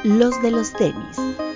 Los de los tenis.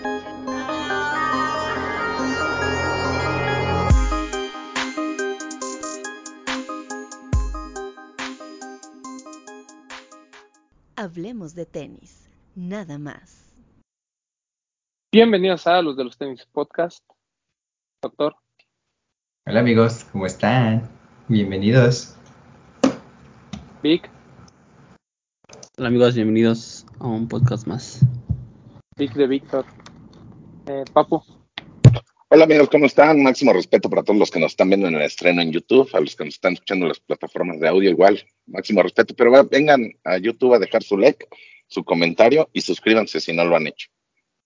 Hablemos de tenis, nada más. Bienvenidos a Los de los Tenis Podcast, doctor. Hola amigos, ¿cómo están? Bienvenidos. Vic. Hola amigos, bienvenidos a un podcast más. Vic de Víctor. Papu. Hola amigos, ¿cómo están? Máximo respeto para todos los que nos están viendo en el estreno en YouTube, a los que nos están escuchando en las plataformas de audio igual, máximo respeto, pero vengan a YouTube a dejar su like, su comentario y suscríbanse si no lo han hecho.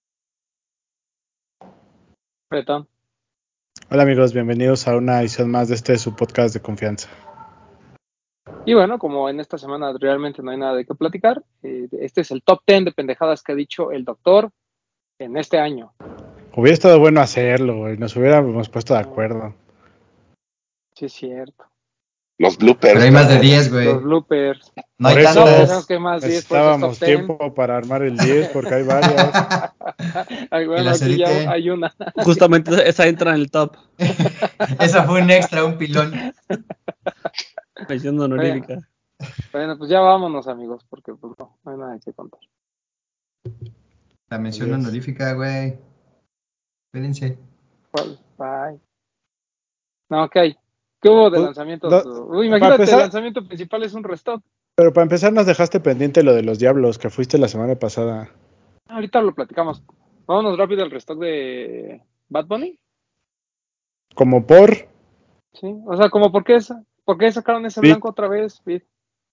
Bretón. Hola amigos, bienvenidos a una edición más de su podcast de confianza. Y bueno, como en esta semana realmente no hay nada de qué platicar, este es el top 10 de pendejadas que ha dicho el doctor en este año. Hubiera estado bueno hacerlo, güey. Nos hubiéramos puesto de acuerdo. Sí, es cierto. Los bloopers. Pero hay más de 10, güey. Los bloopers. No hay Por eso tantas. Que más 10, necesitábamos tiempo para armar el 10 porque hay varias. Ay, bueno, las aquí ya editen. hay una. Justamente esa entra en el top. Esa fue un extra, un pilón. Mención honorífica. Bueno, pues ya vámonos, amigos, porque pues no hay nada que contar. La mención Adiós. honorífica, güey. Espérense. Bye. No, ¿qué hay? ¿Qué hubo de Pues, lanzamientos? para Imagínate, empezar- el lanzamiento principal es un restock. Pero para empezar nos dejaste pendiente lo de los diablos que fuiste la semana pasada. Ahorita lo platicamos. Vámonos rápido al restock de Bad Bunny. Como por... Sí, o sea, como ¿por qué sacaron ese Pete. blanco otra vez? Pete?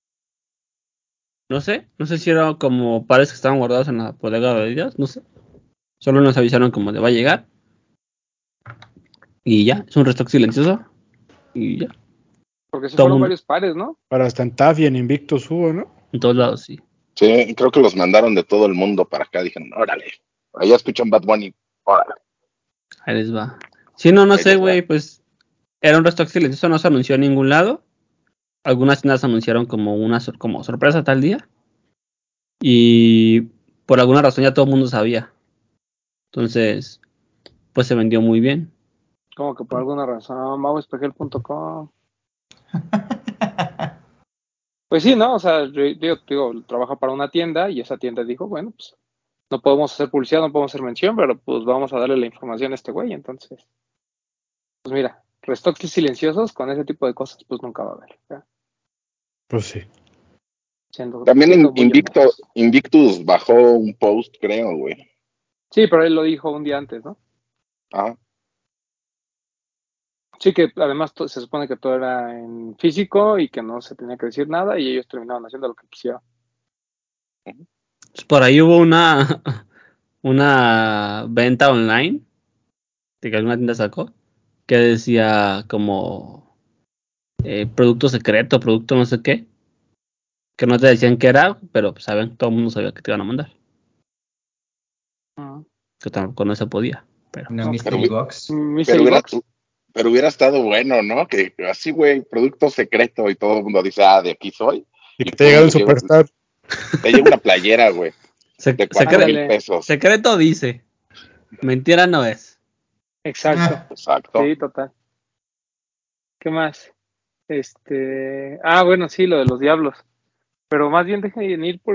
No sé si era como pares que estaban guardados en la bodega de ellas, no sé. Solo nos avisaron como de va a llegar. Y ya, es un restock silencioso. Y ya, Porque sí Todo fueron mundo. varios pares, ¿no? Para hasta en TAF y en Invictus hubo, ¿no? en todos lados, sí. Sí, creo que los mandaron de todo el mundo para acá, dijeron, órale, allá escuchan Bad Bunny, órale. Ahí les va. Sí, no Ahí sé, les va. güey, pues era un restock silencioso, no se anunció en ningún lado. Algunas tiendas anunciaron como una como sorpresa tal día. Y por alguna razón ya todo el mundo sabía. Entonces, pues se vendió muy bien. Como que por alguna razón, mauespejel.com. Pues sí, ¿no? O sea, yo trabajo para una tienda y esa tienda dijo, bueno, pues no podemos hacer publicidad, no podemos hacer mención, pero pues vamos a darle la información a este güey. Entonces, pues mira, restocks silenciosos con ese tipo de cosas, pues nunca va a haber. ¿Ya? Pues sí. También Siendo muy honestos. Invictus bajó un post, creo, güey. Sí, pero él lo dijo un día antes, ¿no? Ajá. Sí, que además se supone que todo era en físico y que no se tenía que decir nada y ellos terminaron haciendo lo que quisieran. Pues por ahí hubo una venta online de que alguna tienda sacó que decía como producto secreto, producto no sé qué, que no te decían qué era, pero pues, saben, todo el mundo sabía que te iban a mandar, que tampoco no se podía, pero Una No, mystery box. Pero Mystery Box. hubiera estado bueno, ¿no? Que así, güey, producto secreto y todo el mundo dice, de aquí soy. Y Y que te llegara un Superstar. te llega una playera, güey, de 4,000 pesos. secreto dice, mentira no es. Exacto. Exacto. Sí, total. ¿Qué más? Bueno, sí, lo de los diablos. Pero más bien déjenme ir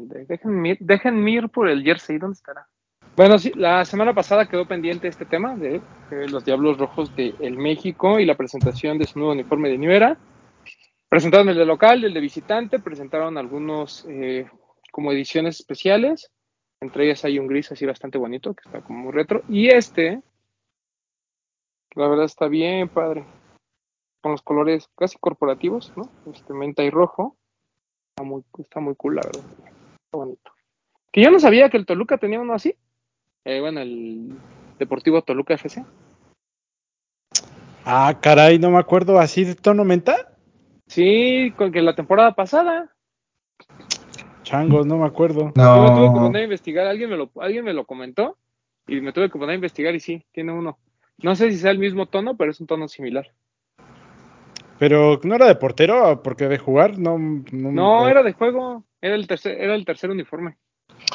por el jersey, ¿dónde estará? Bueno, sí, la semana pasada quedó pendiente este tema de los Diablos Rojos de el México y la presentación de su nuevo uniforme de New Era. Presentaron el de local, el de visitante, presentaron algunos como ediciones especiales. Entre ellas hay un gris así bastante bonito, que está como muy retro. Y la verdad está bien padre. Con los colores casi corporativos, ¿no? Menta y rojo. Está muy cool, la verdad. Está bonito. Que yo no sabía que el Toluca tenía uno así. Bueno, el Deportivo Toluca FC. Ah, caray, no me acuerdo. ¿Así de tono menta? Sí, con que la temporada pasada. Changos, no me acuerdo. Yo me tuve que No. poner a investigar. Alguien me lo comentó. Y me tuve que poner a investigar y sí, tiene uno. No sé si sea el mismo tono, pero es un tono similar. Pero no era de portero, porque de jugar no. No, era de juego. Era el tercer uniforme.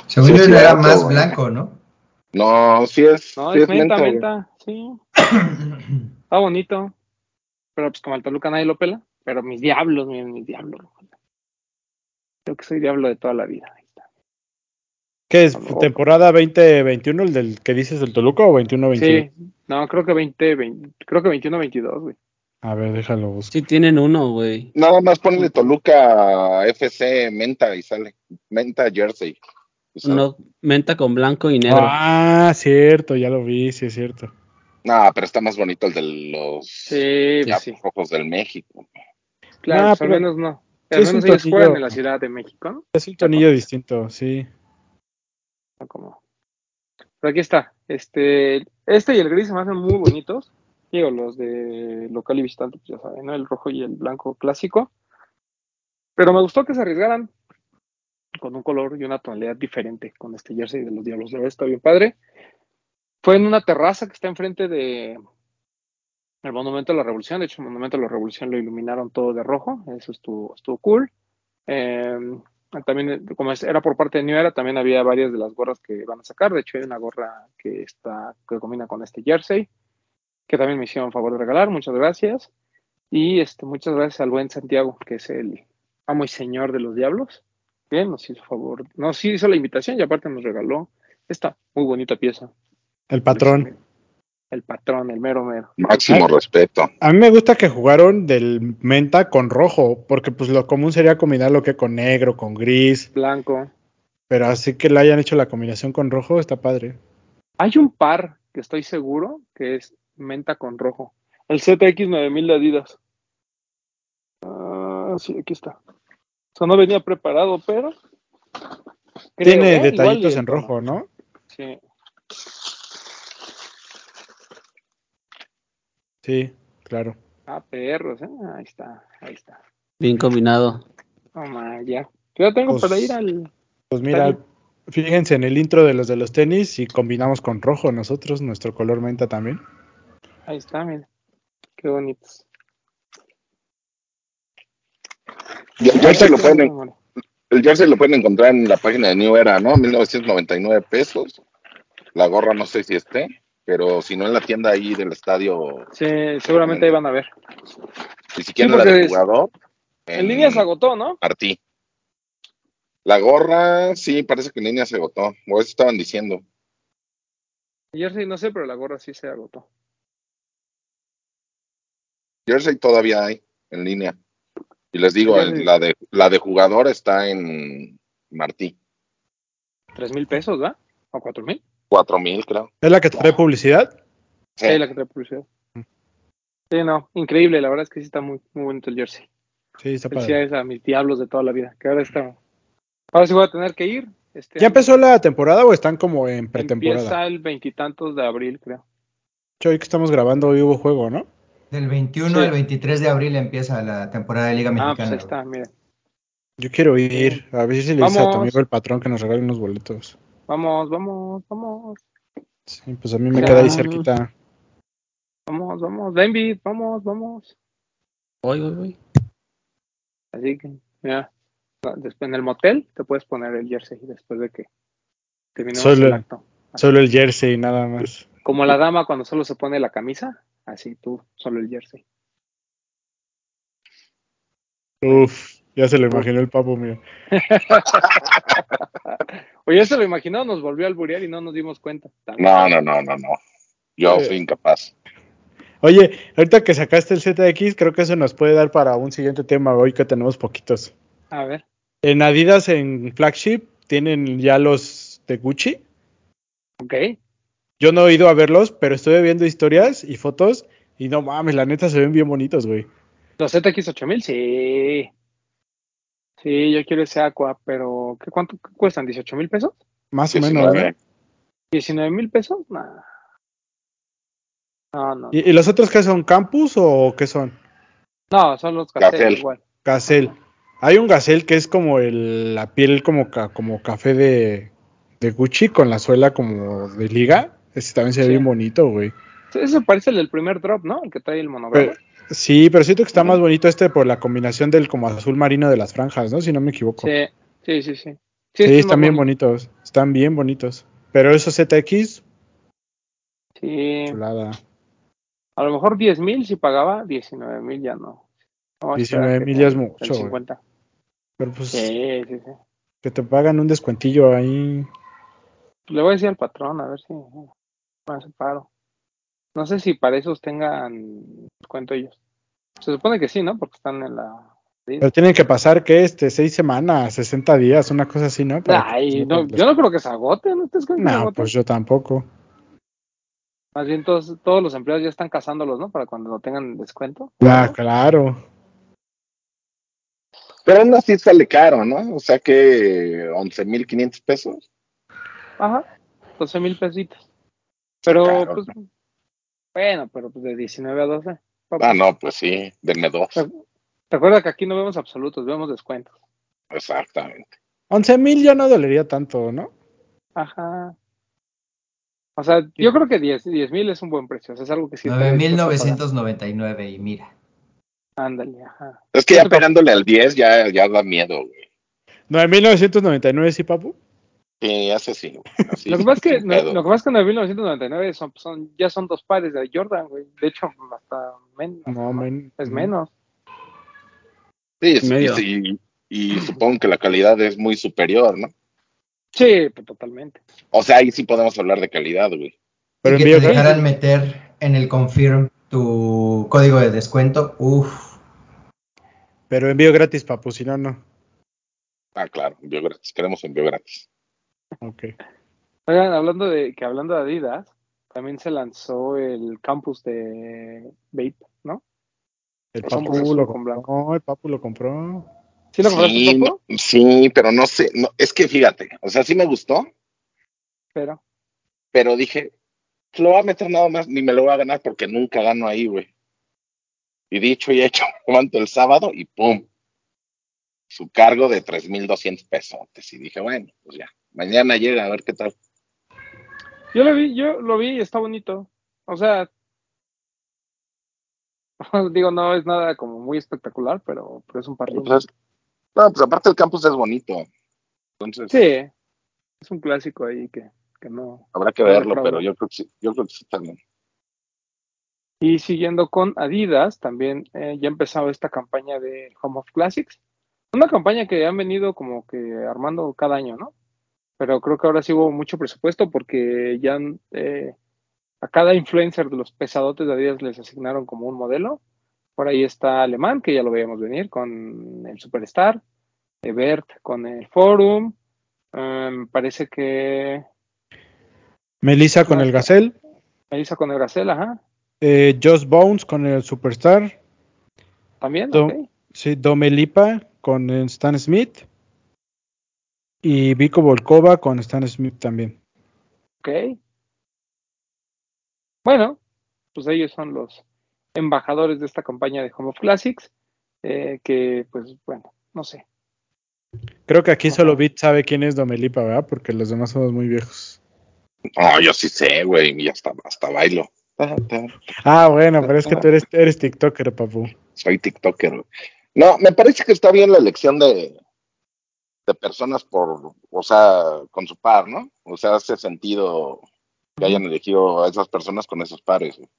Según Sí, yo es era cierto, más güey. blanco, ¿no? No, sí No, sí es es menta, güey. menta, sí. Está bonito. Pero pues como el Toluca nadie lo pela. Pero mis diablos, miren, mis diablos. Yo que soy diablo de toda la vida. Ahí está. ¿Qué es? Rojo. ¿Temporada 2021, el del que dices del Toluca o 21-22? Sí, no, creo que 20, creo que 21-22, güey. A ver, déjalo buscar. Sí tienen uno, güey. Nada más ponle Toluca FC Menta y sale. Menta Jersey. usado. Uno menta con blanco y negro. Ah, cierto, ya lo vi, sí es cierto. No, pero está más bonito el de los Sí, pues Diablos sí. Rojos del México. Claro, No, pues al pero menos no. sí Al es un menos ellos juegan tonillo, en la Ciudad de México, ¿no? es un Ya con tonillo eso. distinto, sí. Está como... Pero aquí está. Y el gris se me hacen muy bonitos. Digo, los de local y visitante, pues ya saben, ¿no? El rojo y el blanco clásico. Pero me gustó que se arriesgaran con un color y una tonalidad diferente con este jersey de los Diablos. La verdad está bien padre. Fue en una terraza que está enfrente de el Monumento a la Revolución. De hecho, el Monumento a la Revolución lo iluminaron todo de rojo. Eso estuvo cool. Eh, También, como era por parte de New Era, también había varias de las gorras que van a sacar. De hecho, hay una gorra que combina con este jersey, que también me hicieron favor de regalar. Muchas gracias. Y muchas gracias al buen Santiago, que es el amo y señor de los Diablos, que nos hizo la invitación y aparte nos regaló esta muy bonita pieza. El patrón. El patrón, el mero mero. Máximo respeto. A mí me gusta que jugaron del menta con rojo, porque pues lo común sería combinar lo que con negro, con gris, Blanco. pero así que le hayan hecho la combinación con rojo, está padre. Hay un par que estoy seguro que es menta con rojo. El ZX9000 de Adidas. Ah, sí, aquí está. O sea, no venía preparado, pero creo, Tiene igual y detallitos el en tono. rojo, ¿no? Sí. Sí, claro. Ah, perros, Ahí está, ahí está. Bien combinado. Toma, ya. Yo tengo para ir Pues, al pues estadio. mira, fíjense en el intro de los tenis y combinamos con rojo nosotros, nuestro color menta también. Ahí está, mira. Qué bonitos. El Ay, jersey es lo que no pueden, me muero. el jersey lo pueden encontrar en la página de New Era, ¿no? 1999 pesos. La gorra no sé si esté, pero si no en la tienda ahí del estadio, Sí, seguramente ahí van a ver. y si Sí, quieren la de porque jugador, en línea se en agotó, ¿no? Martí. La gorra, sí, parece que en línea se agotó, o eso estaban diciendo. Ayer sí, no sé, pero la gorra sí se agotó. Jersey todavía hay en línea. Y les digo, Ayer sí, la de jugador está en Martí. 3,000 pesos, ¿verdad? ¿O 4,000? 4,000, creo. ¿Es la que trae publicidad? Sí, Sí. la que trae publicidad. Sí, no, increíble, la verdad es que sí está muy, muy bonito el jersey. Sí, está padre. Felicidades a mis diablos de toda la vida, que ahora está. Ahora sí voy a tener que ir este ¿Ya año. empezó la temporada o están como en pretemporada? Empieza el veintitantos de abril, creo. Hoy que estamos grabando, hoy hubo juego, ¿no? Del 21 Sí. al 23 de abril empieza la temporada de Liga Ah, pues ahí Mexicana, güey. está, miren. Yo quiero Bien. ir, a ver si le dice a tu amigo Vamos, el patrón que nos regale unos boletos. vamos, vamos, vamos. Sí, pues a mí me queda ahí Ya, cerquita. vamos, vamos. David, vamos, vamos. Voy. Así que, ya. Después en el motel te puedes poner el jersey después de que terminemos el Solo, acto. Así. solo el jersey, nada más. Como la dama cuando solo se pone la camisa, así tú, solo el jersey. Uf, ya se lo imaginó el papo, mira. Oye, se lo imaginó, nos volvió a alburear y no nos dimos cuenta. No. Yo Eh, soy incapaz. Oye, ahorita que sacaste el ZX, creo que eso nos puede dar para un siguiente tema, hoy que tenemos poquitos. A ver, En Adidas, en Flagship, tienen ya los de Gucci. ok. Yo no he ido a verlos, pero estuve viendo historias y fotos y no mames, la neta se ven bien bonitos, güey. Los ZX8000, sí. Sí, yo quiero ese Aqua, pero ¿cuánto cuestan? ¿18,000 pesos? Más o menos, ¿no? 19. ¿19,000 pesos? Nah. No, no, ¿Y no. los otros qué son? ¿Campus o qué son? No, son los Gazelle Gazelle. igual. Gazelle. Hay un Gazelle que es como la piel como café de Gucci con la suela como de liga. Ese también se ve Sí. bien bonito, güey. Sí, ese parece el del primer drop, ¿no? El que trae el monograma. Sí, pero siento que está más bonito por la combinación del como azul marino de las franjas, ¿no? Si no me equivoco. Sí, sí, sí, sí. Sí, Sí, este es más están bien bonito. bonitos. están bien bonitos. Pero esos ZX, Sí, chulada. a lo mejor 10,000 si pagaba, 19,000 ya no. Vamos a esperar 19 que mil ya es el mucho, güey. 50. Pero pues Sí, sí, sí. que te pagan un descuentillo ahí. Le voy a decir al patrón a ver si me hace paro. No sé si para esos tengan descuento ellos. Se supone que sí, ¿no? Porque están en la... Pero tienen que pasar, ¿qué? 6 semanas, 60 días, una cosa así, ¿no? Para que te Ay, metan no, el yo no descuento. creo que se agote, ¿no? ¿Ustedes creen que se No, agote? pues yo tampoco. Más bien todos los empleados ya están cazándolos, ¿no? Para cuando lo tengan descuento. Ah, claro. Pero aún así sale caro, ¿no? O sea que 11,500 pesos. Ajá, 12,000 pesitos. Está Pero, caro. pues, bueno, pero pues de 19 a 12. Ah, Papu. no, pues sí, denme dos. Recuerda que aquí no vemos absolutos, vemos descuentos. Exactamente. 11,000 ya no dolería tanto, ¿no? Ajá. O sea, yo creo que 10,000 es un buen precio. O sea, es algo que sí estaría dispuesto a pagar. 9,999 y mira. Ándale, ajá. Es que ¿Qué ya te pasa? pegándole al 10 ya da miedo, güey. 9,999, sí, papu. Sí, hace sí, güey. Así Lo que pasa es que, sin pedo. lo que pasa es que 9,999 ya son 2 pares de Jordan, güey. De hecho, hasta No, más. Es menos. Sí, Y y, medio. sí, y supongo que la calidad es muy superior, ¿no? Sí, pues, totalmente. O sea, ahí sí podemos hablar de calidad, güey. Pero Y que te envío Sí, gratis. sí, dejaran sí. meter en el confirm tu código de descuento. Uf. Pero envío gratis, papu, si no, no. Ah, claro, envío gratis. Queremos envío gratis. Ok. Oigan, hablando de Adidas, también se lanzó el campus de Vape, ¿no? El El campus papu lo azul con blanco. compró, el papu lo compró. ¿Sí lo compraste, Sí, Papo? sí, pero no sé, no, es que fíjate, o sea, sí me gustó, Pero, pero dije, lo voy a meter nada más, ni me lo voy a ganar porque nunca gano ahí, güey. Y dicho y hecho, levanto el sábado y ¡pum! Su cargo de 3,200 pesos. Y dije, bueno, pues ya, mañana llega a ver qué tal. yo lo vi y está bonito. O sea, digo, no es nada como muy espectacular, pero es un par Pero, lindo. no, pues aparte el campus es bonito, Sí, entonces es un clásico ahí que habrá que no verlo, pero defrauda. yo creo que sí también. Y siguiendo con Adidas, también ya ha empezado esta campaña de Home of Classics. Una campaña que han venido como que armando cada año, ¿no? Pero creo que ahora sí hubo mucho presupuesto porque ya a cada influencer de los pesadotes de Adidas les asignaron como un modelo. Por ahí está Alemán, que ya lo veíamos venir con el Superstar, Bert con el Forum, parece que Melissa ¿quién con más el está? Gazelle. Melissa con el Gacel, ajá, Just Bones con el Superstar. también, ok, Sí, Domelipa con el Stan Smith. Y Vico Volkova con Stan Smith también. ok. Bueno, pues ellos son los embajadores de esta campaña de Home of Classics, que pues bueno, no sé, Creo que aquí o solo sea, Beat sabe quién es Domelipa, ¿verdad? Porque los demás somos muy viejos. No, yo sí sé, güey, y hasta bailo. Ah, bueno, pero es que tú eres TikToker, papu. Soy TikToker, güey. No, me parece que está bien la elección de personas o sea, con su par, ¿no? O sea, hace sentido que ujú. hayan elegido a esas personas con esos pares, güey.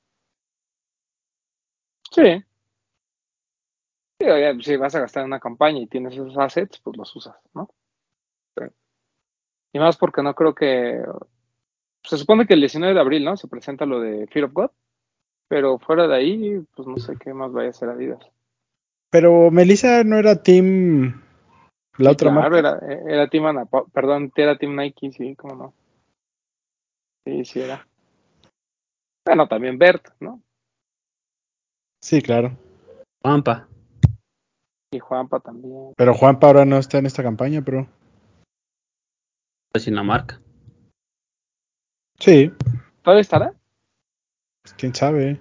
Sí, sí, oye, si vas a gastar en una campaña y tienes esos assets, pues los usas, ¿no? Y más porque no creo que, se supone que el 19 de abril, ¿no? Se presenta lo de Fear of God, pero fuera de ahí, pues no sé qué más vaya a hacer Adidas. Pero Melissa no era Team la Sí, otra claro, marca. era Team perdón, era Team Nike, sí, cómo no. Sí, sí era. Bueno, también Bert, ¿no? Sí, claro. Pampa. Y Juanpa también. Pero Juanpa ahora no está en esta campaña, pero. Pues sin la marca. Sí, ¿Todavía estará? pues quién sabe.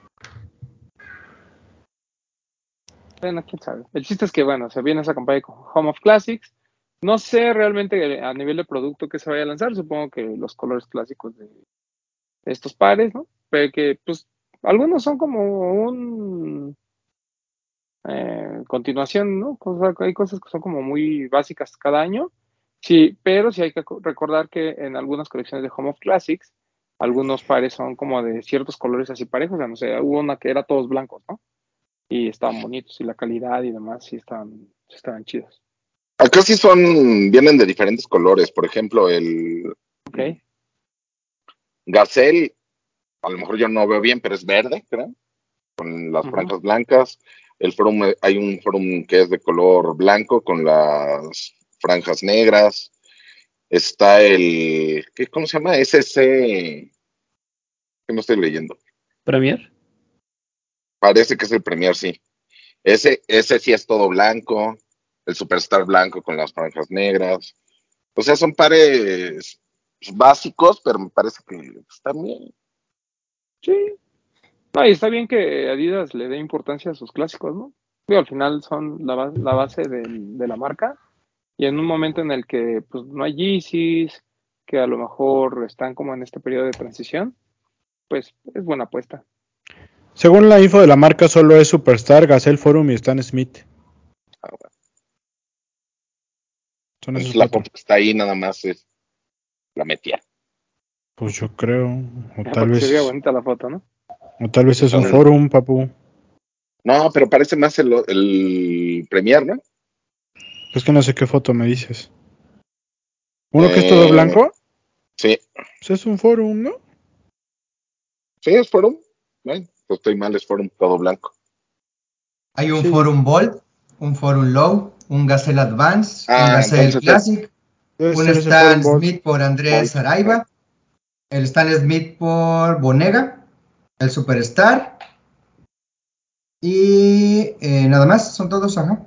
Bueno, quién sabe. El chiste es que, bueno, se viene esa campaña con Home of Classics. No sé realmente a nivel de producto que se vaya a lanzar. Supongo que los colores clásicos de estos pares, ¿no? Pero que, pues, algunos son como un continuación, ¿no? Hay cosas que son como muy básicas cada año. Sí, pero sí hay que recordar que en algunas colecciones de Home of Classics, algunos pares son como de ciertos colores así parejos. O sea, no sé, hubo una que era todos blancos, ¿no? Y estaban bonitos y la calidad y demás sí estaban chidos. Acá sí vienen de diferentes colores. Por ejemplo, el Ok. Gazelle, a lo mejor yo no veo bien, pero es verde, creo, con las Ujú. franjas blancas. El Forum, hay un Forum que es de color blanco con las franjas negras. Está ¿cómo se llama? SC, que no estoy leyendo. Premier. Parece que es el Premier, sí. Ese sí es todo blanco, el Superstar blanco con las franjas negras. O sea, son pares básicos, pero me parece que están bien. Sí. No, y está bien que Adidas le dé importancia a sus clásicos, ¿no? Digo, al final son la base de la marca. Y en un momento en el que pues no hay Yeezys, que a lo mejor están como en este periodo de transición, pues es buena apuesta. Según la info de la marca, solo es Superstar, Gazelle, Forum y Stan Smith. Ah, bueno. Son esos Entonces la 4. foto que está ahí nada más es la metía. Pues yo creo. O tal Porque se veía vez. bonita la foto, ¿no? O tal vez es un Mm. Forum, papu. No, pero parece más el Premier, ¿no? Es que no sé qué foto me dices. ¿Uno que es todo Eh, blanco? sí, Pues es un Forum, ¿no? sí, es Forum. Bueno, pues estoy mal, es Forum todo blanco. Hay un Sí. Forum Bold, un Forum Low, un Gazelle Advance, un Ah, Gazelle entonces es Classic, Debe un ser ese Forum Stan Bolt. Smith por Andrés Bolt. Saraiva, el Stan Smith por Bonega, el Superstar y nada más, son todos, ajá.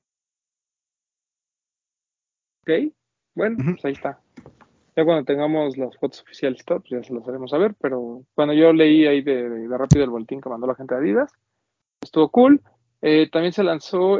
Ok, bueno, Ujú. pues ahí está. Ya cuando tengamos las fotos oficiales y todo, pues ya se las haremos saber, pero cuando yo leí ahí de rápido el boletín que mandó la gente de Adidas, estuvo cool. También se lanzó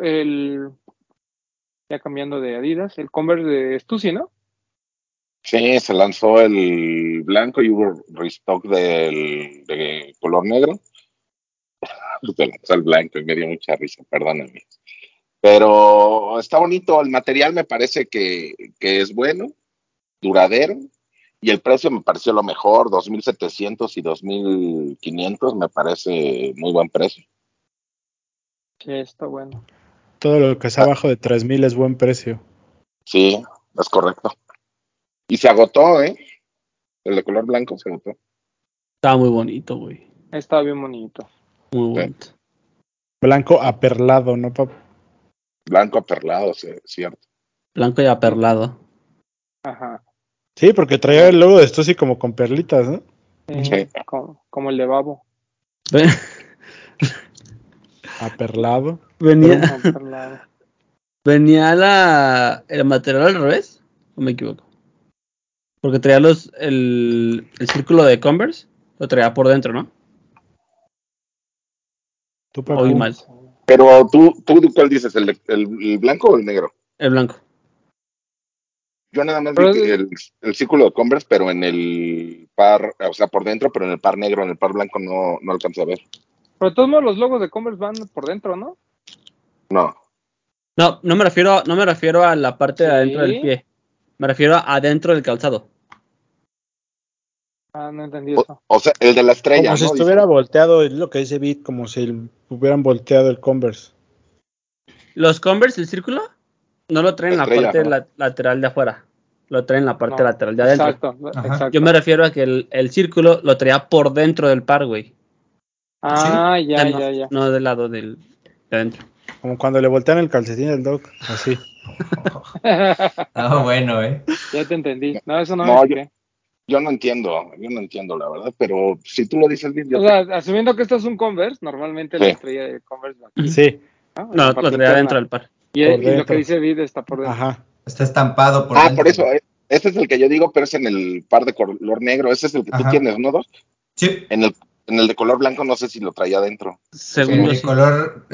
ya cambiando de Adidas, el Converse de Stussy, ¿no? Sí, se lanzó el blanco y hubo restock de color negro. Se lanzó el blanco y me dio mucha risa, perdóname. Pero está bonito, el material me parece que es bueno, duradero, y el precio me pareció lo mejor, 2,700 y 2,500 me parece muy buen precio. Sí, está bueno. Todo lo que es Ah, abajo de 3000 es buen precio. sí, es correcto. Y se agotó, ¿eh? El de color blanco se agotó. Estaba muy bonito, güey. Está bien bonito. Muy Sí, bonito. Blanco aperlado, ¿no, papu? blanco aperlado, sí, cierto. Blanco y aperlado. Ajá. Sí, porque traía el logo de Stussy como con perlitas, ¿no? Sí. Como el de Babo. Ve- Aperlado. Venía, Como perlado. venía el material al revés, ¿o me equivoco? Porque traía el círculo de Converse, lo traía por dentro, ¿no? Tú, Oí papu. mal. Sí. Pero tú, ¿cuál dices? ¿El blanco o el negro? El blanco. Yo nada más vi Pero, que el círculo de Converse, pero en el par, o sea, por dentro, pero en el par negro, en el par blanco no alcancé a ver. pero de todos modos los logos de Converse van por dentro, ¿no? No. No, no me refiero a la parte de adentro del Sí. pie. Me refiero a adentro del calzado. Ah, no entendí O, eso. o sea, el de la estrella, Como si ¿no? estuviera Dices. volteado, es lo que dice Beat, como si hubieran volteado el Converse. Los Converse, el círculo, no lo traen La en la estrella, parte ajá. lateral de afuera. Lo traen en la parte No, lateral de adentro. exacto, Ajá. Yo me exacto. refiero a que el círculo lo traía por dentro del par, güey. Sí. Ah, O sea, ya, no, ya, ya. no del lado de adentro. Como cuando le voltean el calcetín al Doc, así. Ah, bueno, Ya te entendí. No, eso no me No, yo, fijé. yo no entiendo, la verdad, pero si tú lo dices bien, yo O te sea, creo. asumiendo que esto es un Converse, normalmente la Sí, estrella de Converse va Ujú. aquí, Sí, ¿no? En la No, lo parte traía dentro interna. del par. por Y lo que dentro. dice Vid está por dentro. Ajá. está estampado por ah, por dentro. eso, este es el que yo digo, pero es en el par de color negro. Ese es el que tú Ajá. tienes, ¿no, Dos? Sí. En el de color blanco no sé si lo traía adentro. O sea, Según En yo no. el sí. color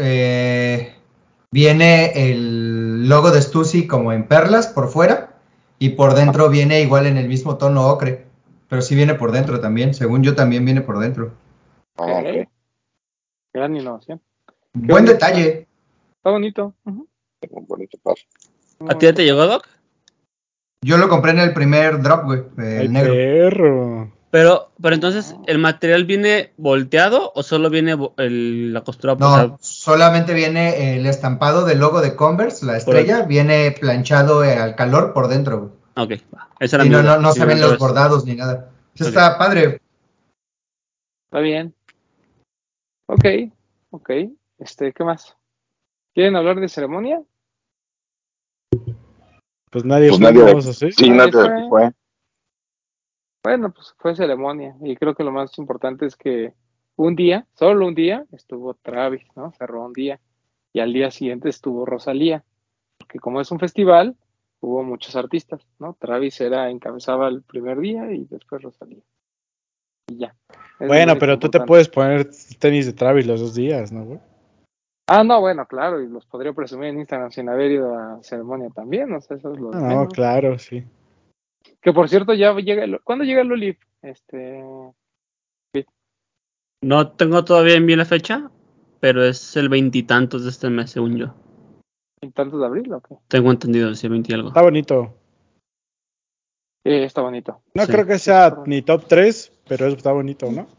viene el logo de Stussy como en perlas por fuera y por Ah, dentro viene igual en el mismo tono ocre. Pero sí viene por dentro también. Según yo también viene por dentro. ok. Ok, gran innovación. Qué Buen bonito está. detalle. Está bonito. Ujú. Tengo un bonito par. ¿A Muy ti ya te bonito par. llegó, Doc? Yo lo compré en el primer drop, güey, Ay, el negro. perro. Pero entonces, ¿el material viene volteado o solo viene la costura? O sea, No, solamente viene el estampado del logo de Converse, la por estrella, dentro. viene planchado al calor por dentro, güey. Ok, va. Esa era Y mi duda. no Si se venía ven al los revés. bordados ni nada. Eso Ok. está padre. Está bien. Ok, ok. ¿Qué más? ¿Quieren hablar de ceremonia? Pues nadie Pues nadie de fuimos, aquí, ¿o sí? sí, Nadie nadie de aquí fue. fue. Bueno, pues fue ceremonia. Y creo que lo más importante es que un día, solo un día, estuvo Travis, ¿no? Cerró un día. Y al día siguiente estuvo Rosalía. Porque como es un festival, hubo muchos artistas, ¿no? Travis encabezaba el primer día y después Rosalía. Y ya. Eso es lo Bueno, único pero tú te importante. puedes poner tenis de Travis los 2 días, ¿no, güey? Ah, no, bueno, claro, y los podría presumir en Instagram sin haber ido a ceremonia también, o sea, eso es lo de No, menos. claro, sí. Que por cierto, ya llega ¿cuándo llega el Olif? No tengo todavía bien la fecha, pero es el veintitantos de este mes, según yo. ¿En tantos de abril o qué? Tengo entendido, si 20 y algo. Está bonito. Está bonito. No Sí. creo que Sí, está sea bonito. ni top 3, pero está bonito, ¿no?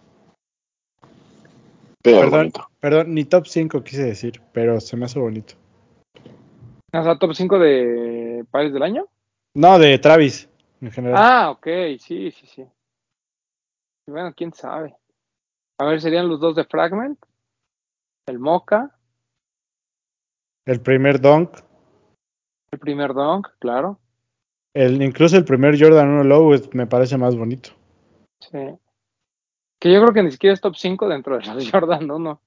Pero Perdón, bonito. ni top 5 quise decir, pero se me hace bonito. O sea, top 5 de pares del año. No, de Travis, en general. Ah, ok, sí, sí, sí. Y bueno, quién sabe. A ver, serían los dos de Fragment, el Mocha, El primer Dunk, el primer Dunk, claro. incluso el primer Jordan 1 Low me parece más bonito. Sí. Que yo creo que ni siquiera es top 5 dentro de los Jordan 1.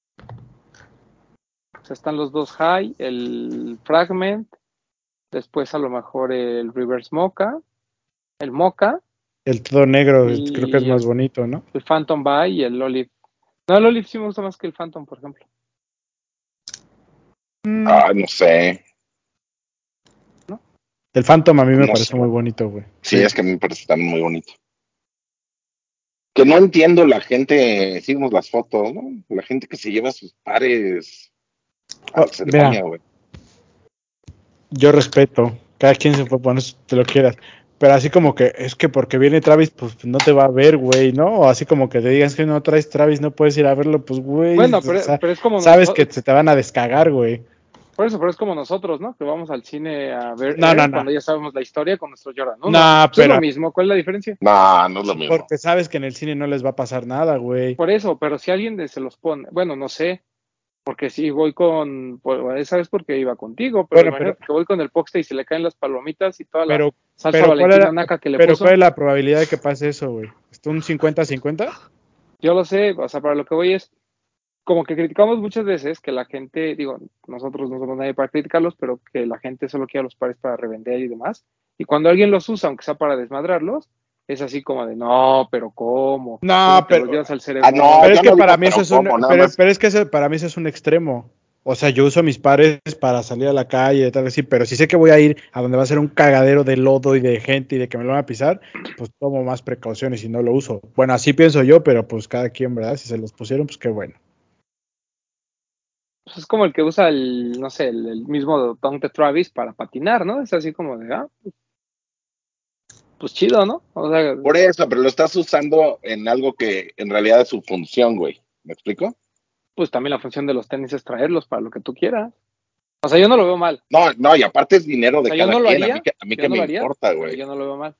O sea, están los dos High, el Fragment, después a lo mejor el Reverse Mocha, el Mocha El todo negro creo que es y más bonito, ¿no? el Phantom Buy y el Olive. No, el Olive sí me gusta más que el Phantom, por ejemplo. Ah, no sé. ¿No? El Phantom a mí me No sé. parece muy bonito, güey. Sí, es que a mí me parece también muy bonito. Que no entiendo la gente, seguimos las fotos, ¿no? La gente que se lleva sus pares a la ceremonia, Mira, güey. yo respeto, cada quien se puede poner si te lo quieras, pero así como que es que porque viene Travis, pues no te va a ver, güey, ¿no? O así como que te digas que no traes Travis, no puedes ir a verlo, pues güey, Bueno, o sea, pero es como sabes que nosotros, se te van a descagar, güey. por eso, pero es como nosotros, ¿no? Que vamos al cine a ver No, no, Air no, cuando ya sabemos la historia con nuestro Jordan 1. no, Pues es lo pero mismo, ¿cuál es la diferencia? No, no es lo mismo. porque sabes que en el cine no les va a pasar nada, güey. Por eso, pero si alguien se los pone, bueno, no sé, porque si voy esa vez porque iba contigo, pero Bueno, imagínate que voy con el Poxte y se le caen las palomitas y toda la pero, salsa pero Valentina naca que le pero ¿cuál puso. es la probabilidad de que pase eso, güey? ¿Está un 50-50? Yo lo sé, o sea, para lo que voy es, como que criticamos muchas veces que la gente, digo, nosotros no somos nadie para criticarlos, pero que la gente solo quiere los pares para revender y demás. Y cuando alguien los usa, aunque sea para desmadrarlos, es así como de, no, pero ¿cómo? ¿Cómo No, te los pero, llevas al Ah, no, pero ceremonia? es yo que no para digo, mí eso pero es cómo, nada más. pero es que para mí eso es un extremo. O sea, yo uso mis pares para salir a la calle y tal así, pero si sé que voy a ir a donde va a ser un cagadero de lodo y de gente y de que me lo van a pisar, pues tomo más precauciones y no lo uso. Bueno, así pienso yo, pero pues cada quien, ¿verdad? Si se los pusieron, pues qué bueno. Pues es como el que usa no sé, el mismo Dunk de Travis para patinar, ¿no? Es así como de, pues chido, ¿no? O sea, Por eso, pero lo estás usando en algo que en realidad es su función, güey. ¿Me explico? pues también la función de los tenis es traerlos para lo que tú quieras. O sea, yo no lo veo mal. No, no, y aparte es dinero O de sea, yo cada no lo quien. haría, A mí yo que no me lo haría, importa, pero güey. yo no lo veo mal.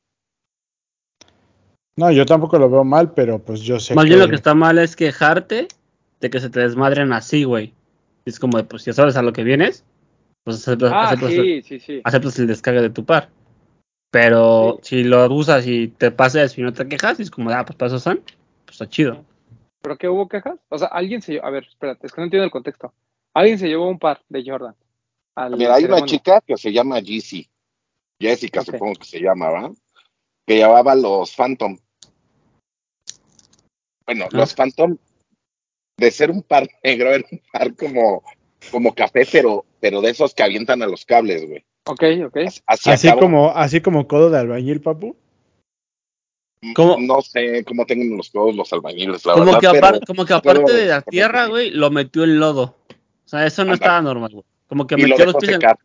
No, yo tampoco lo veo mal, pero pues yo sé Más bien lo que que... está mal es quejarte de que se te desmadren así, güey. Es como de, pues ya sabes a lo que vienes, pues Ah, sí, sí, sí. aceptas el descargue de tu par. Pero Sí. si lo usas y te pasas y no te quejas, es como, pues para eso son, pues está chido. ¿Pero qué hubo quejas? O sea, alguien se llevó, a ver, espérate, es que no entiendo el contexto. Alguien se llevó un par de Jordan a Mira, la hay una ceremonia. chica que se llama Yeezy, Jessica Ok. supongo que se llama, ¿va? Que llevaba los Phantom. Bueno, Ah, los Phantom, de ser un par negro, era un par como café, pero de esos que avientan a los cables, güey. Ok, ok. Hacia acabó. Así como codo de albañil, papu. como, No sé cómo tengan los codos los albañiles, la como verdad, que pero como que aparte puedo de la suponer que tierra, sí. güey, lo metió en lodo. O sea, eso no Ándale. estaba normal, güey. Como que Y lo metió los dejó pies secar.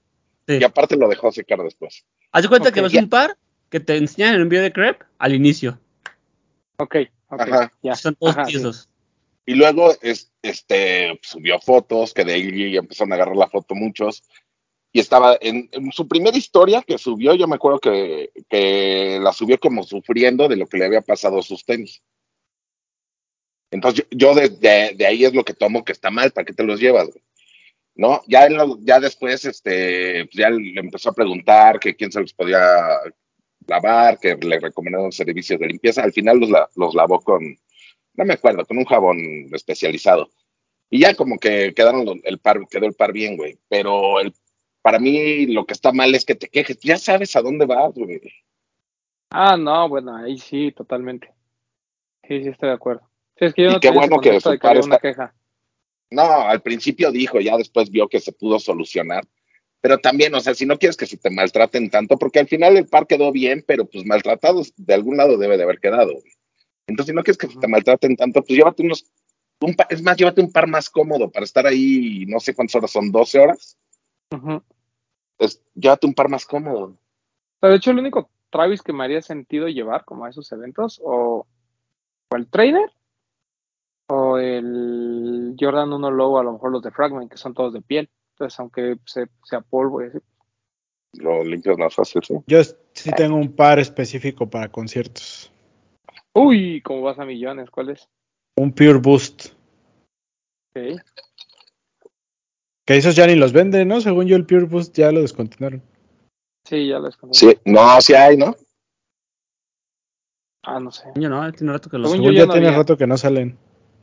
Sí. Y aparte lo dejó secar después. Haz de cuenta Ok. que ves un par que te enseñan el envío de crepe al inicio. Ok, Ajá. ya. Son todos Ajá, sí. tiesos. Y luego subió fotos, que de ahí empezaron a agarrar la foto muchos. Y estaba en su primera historia que subió, yo me acuerdo que la subió como sufriendo de lo que le había pasado a sus tenis. Entonces yo de ahí es lo que tomo que está mal, ¿para qué te los llevas, güey? ¿No? Ya después, pues ya le empezó a preguntar que quién se los podía lavar, que le recomendaron servicios de limpieza. Al final los lavó no me acuerdo, con un jabón especializado. Y ya como que quedó el par bien, güey. Pero para mí lo que está mal es que te quejes. Ya sabes a dónde vas, güey. Ah, no, bueno, ahí sí, totalmente. Sí, estoy de acuerdo. Sí, es que yo Y no qué tenía ese bueno que contexto su de que par había una está. queja. No, al principio dijo, ya después vio que se pudo solucionar. Pero también, o sea, si no quieres que se te maltraten tanto, porque al final el par quedó bien, pero pues maltratados de algún lado debe de haber quedado. Entonces, si no quieres que se te Ujú. maltraten tanto, pues llévate es más, llévate un par más cómodo para estar ahí, no sé cuántas horas son, 12 horas. Ujú. Llévate un par más cómodo. Pero de hecho, el único Travis que me haría sentido llevar como a esos eventos, o el Trainer, o el Jordan 1 Low, a lo mejor los de Fragment, que son todos de piel. Entonces, aunque sea polvo y así. Lo limpias más fácil, sí. Yo sí tengo un par específico para conciertos. Uy, como vas a millones, ¿cuál es? Un Pure Boost. Ok. Que esos ya ni los venden, ¿no? Según yo, el Pure Boost ya lo descontinuaron. Sí, ya lo escondí. Sí, no, sí hay, ¿no? Ah, no sé. Yo no, tiene rato que los. Según yo Según ya ya no tiene había. rato que no salen.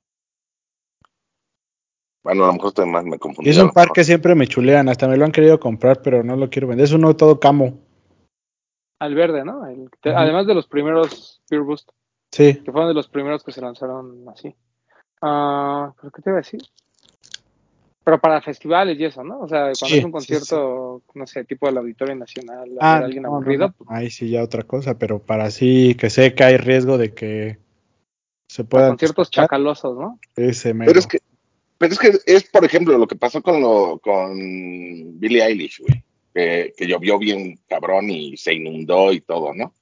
Bueno, a lo mejor estoy más, me Y confundí es a un lo par mejor. que siempre me chulean. Hasta me lo han querido comprar, pero no lo quiero vender. Es uno todo camo. Al verde, ¿no? Ujú. Además de los primeros Pure Boost, Sí. que fueron de los primeros que se lanzaron así. ¿Pero qué te iba a decir? Pero para festivales y eso, ¿no? O sea, cuando es Sí, un sí, sí. concierto, no sé, tipo del Auditorio Nacional, a ver Ah, a alguien no, no, no. aburrido, pues, Ahí sí ya otra cosa, pero para sí que sé que hay riesgo de que se para puedan conciertos destacar, chacalosos, ¿no? ese Pero es mero. que, pero es que es, por ejemplo, lo que pasó con Billie Eilish, güey. Que llovió bien cabrón y se inundó y todo, ¿no?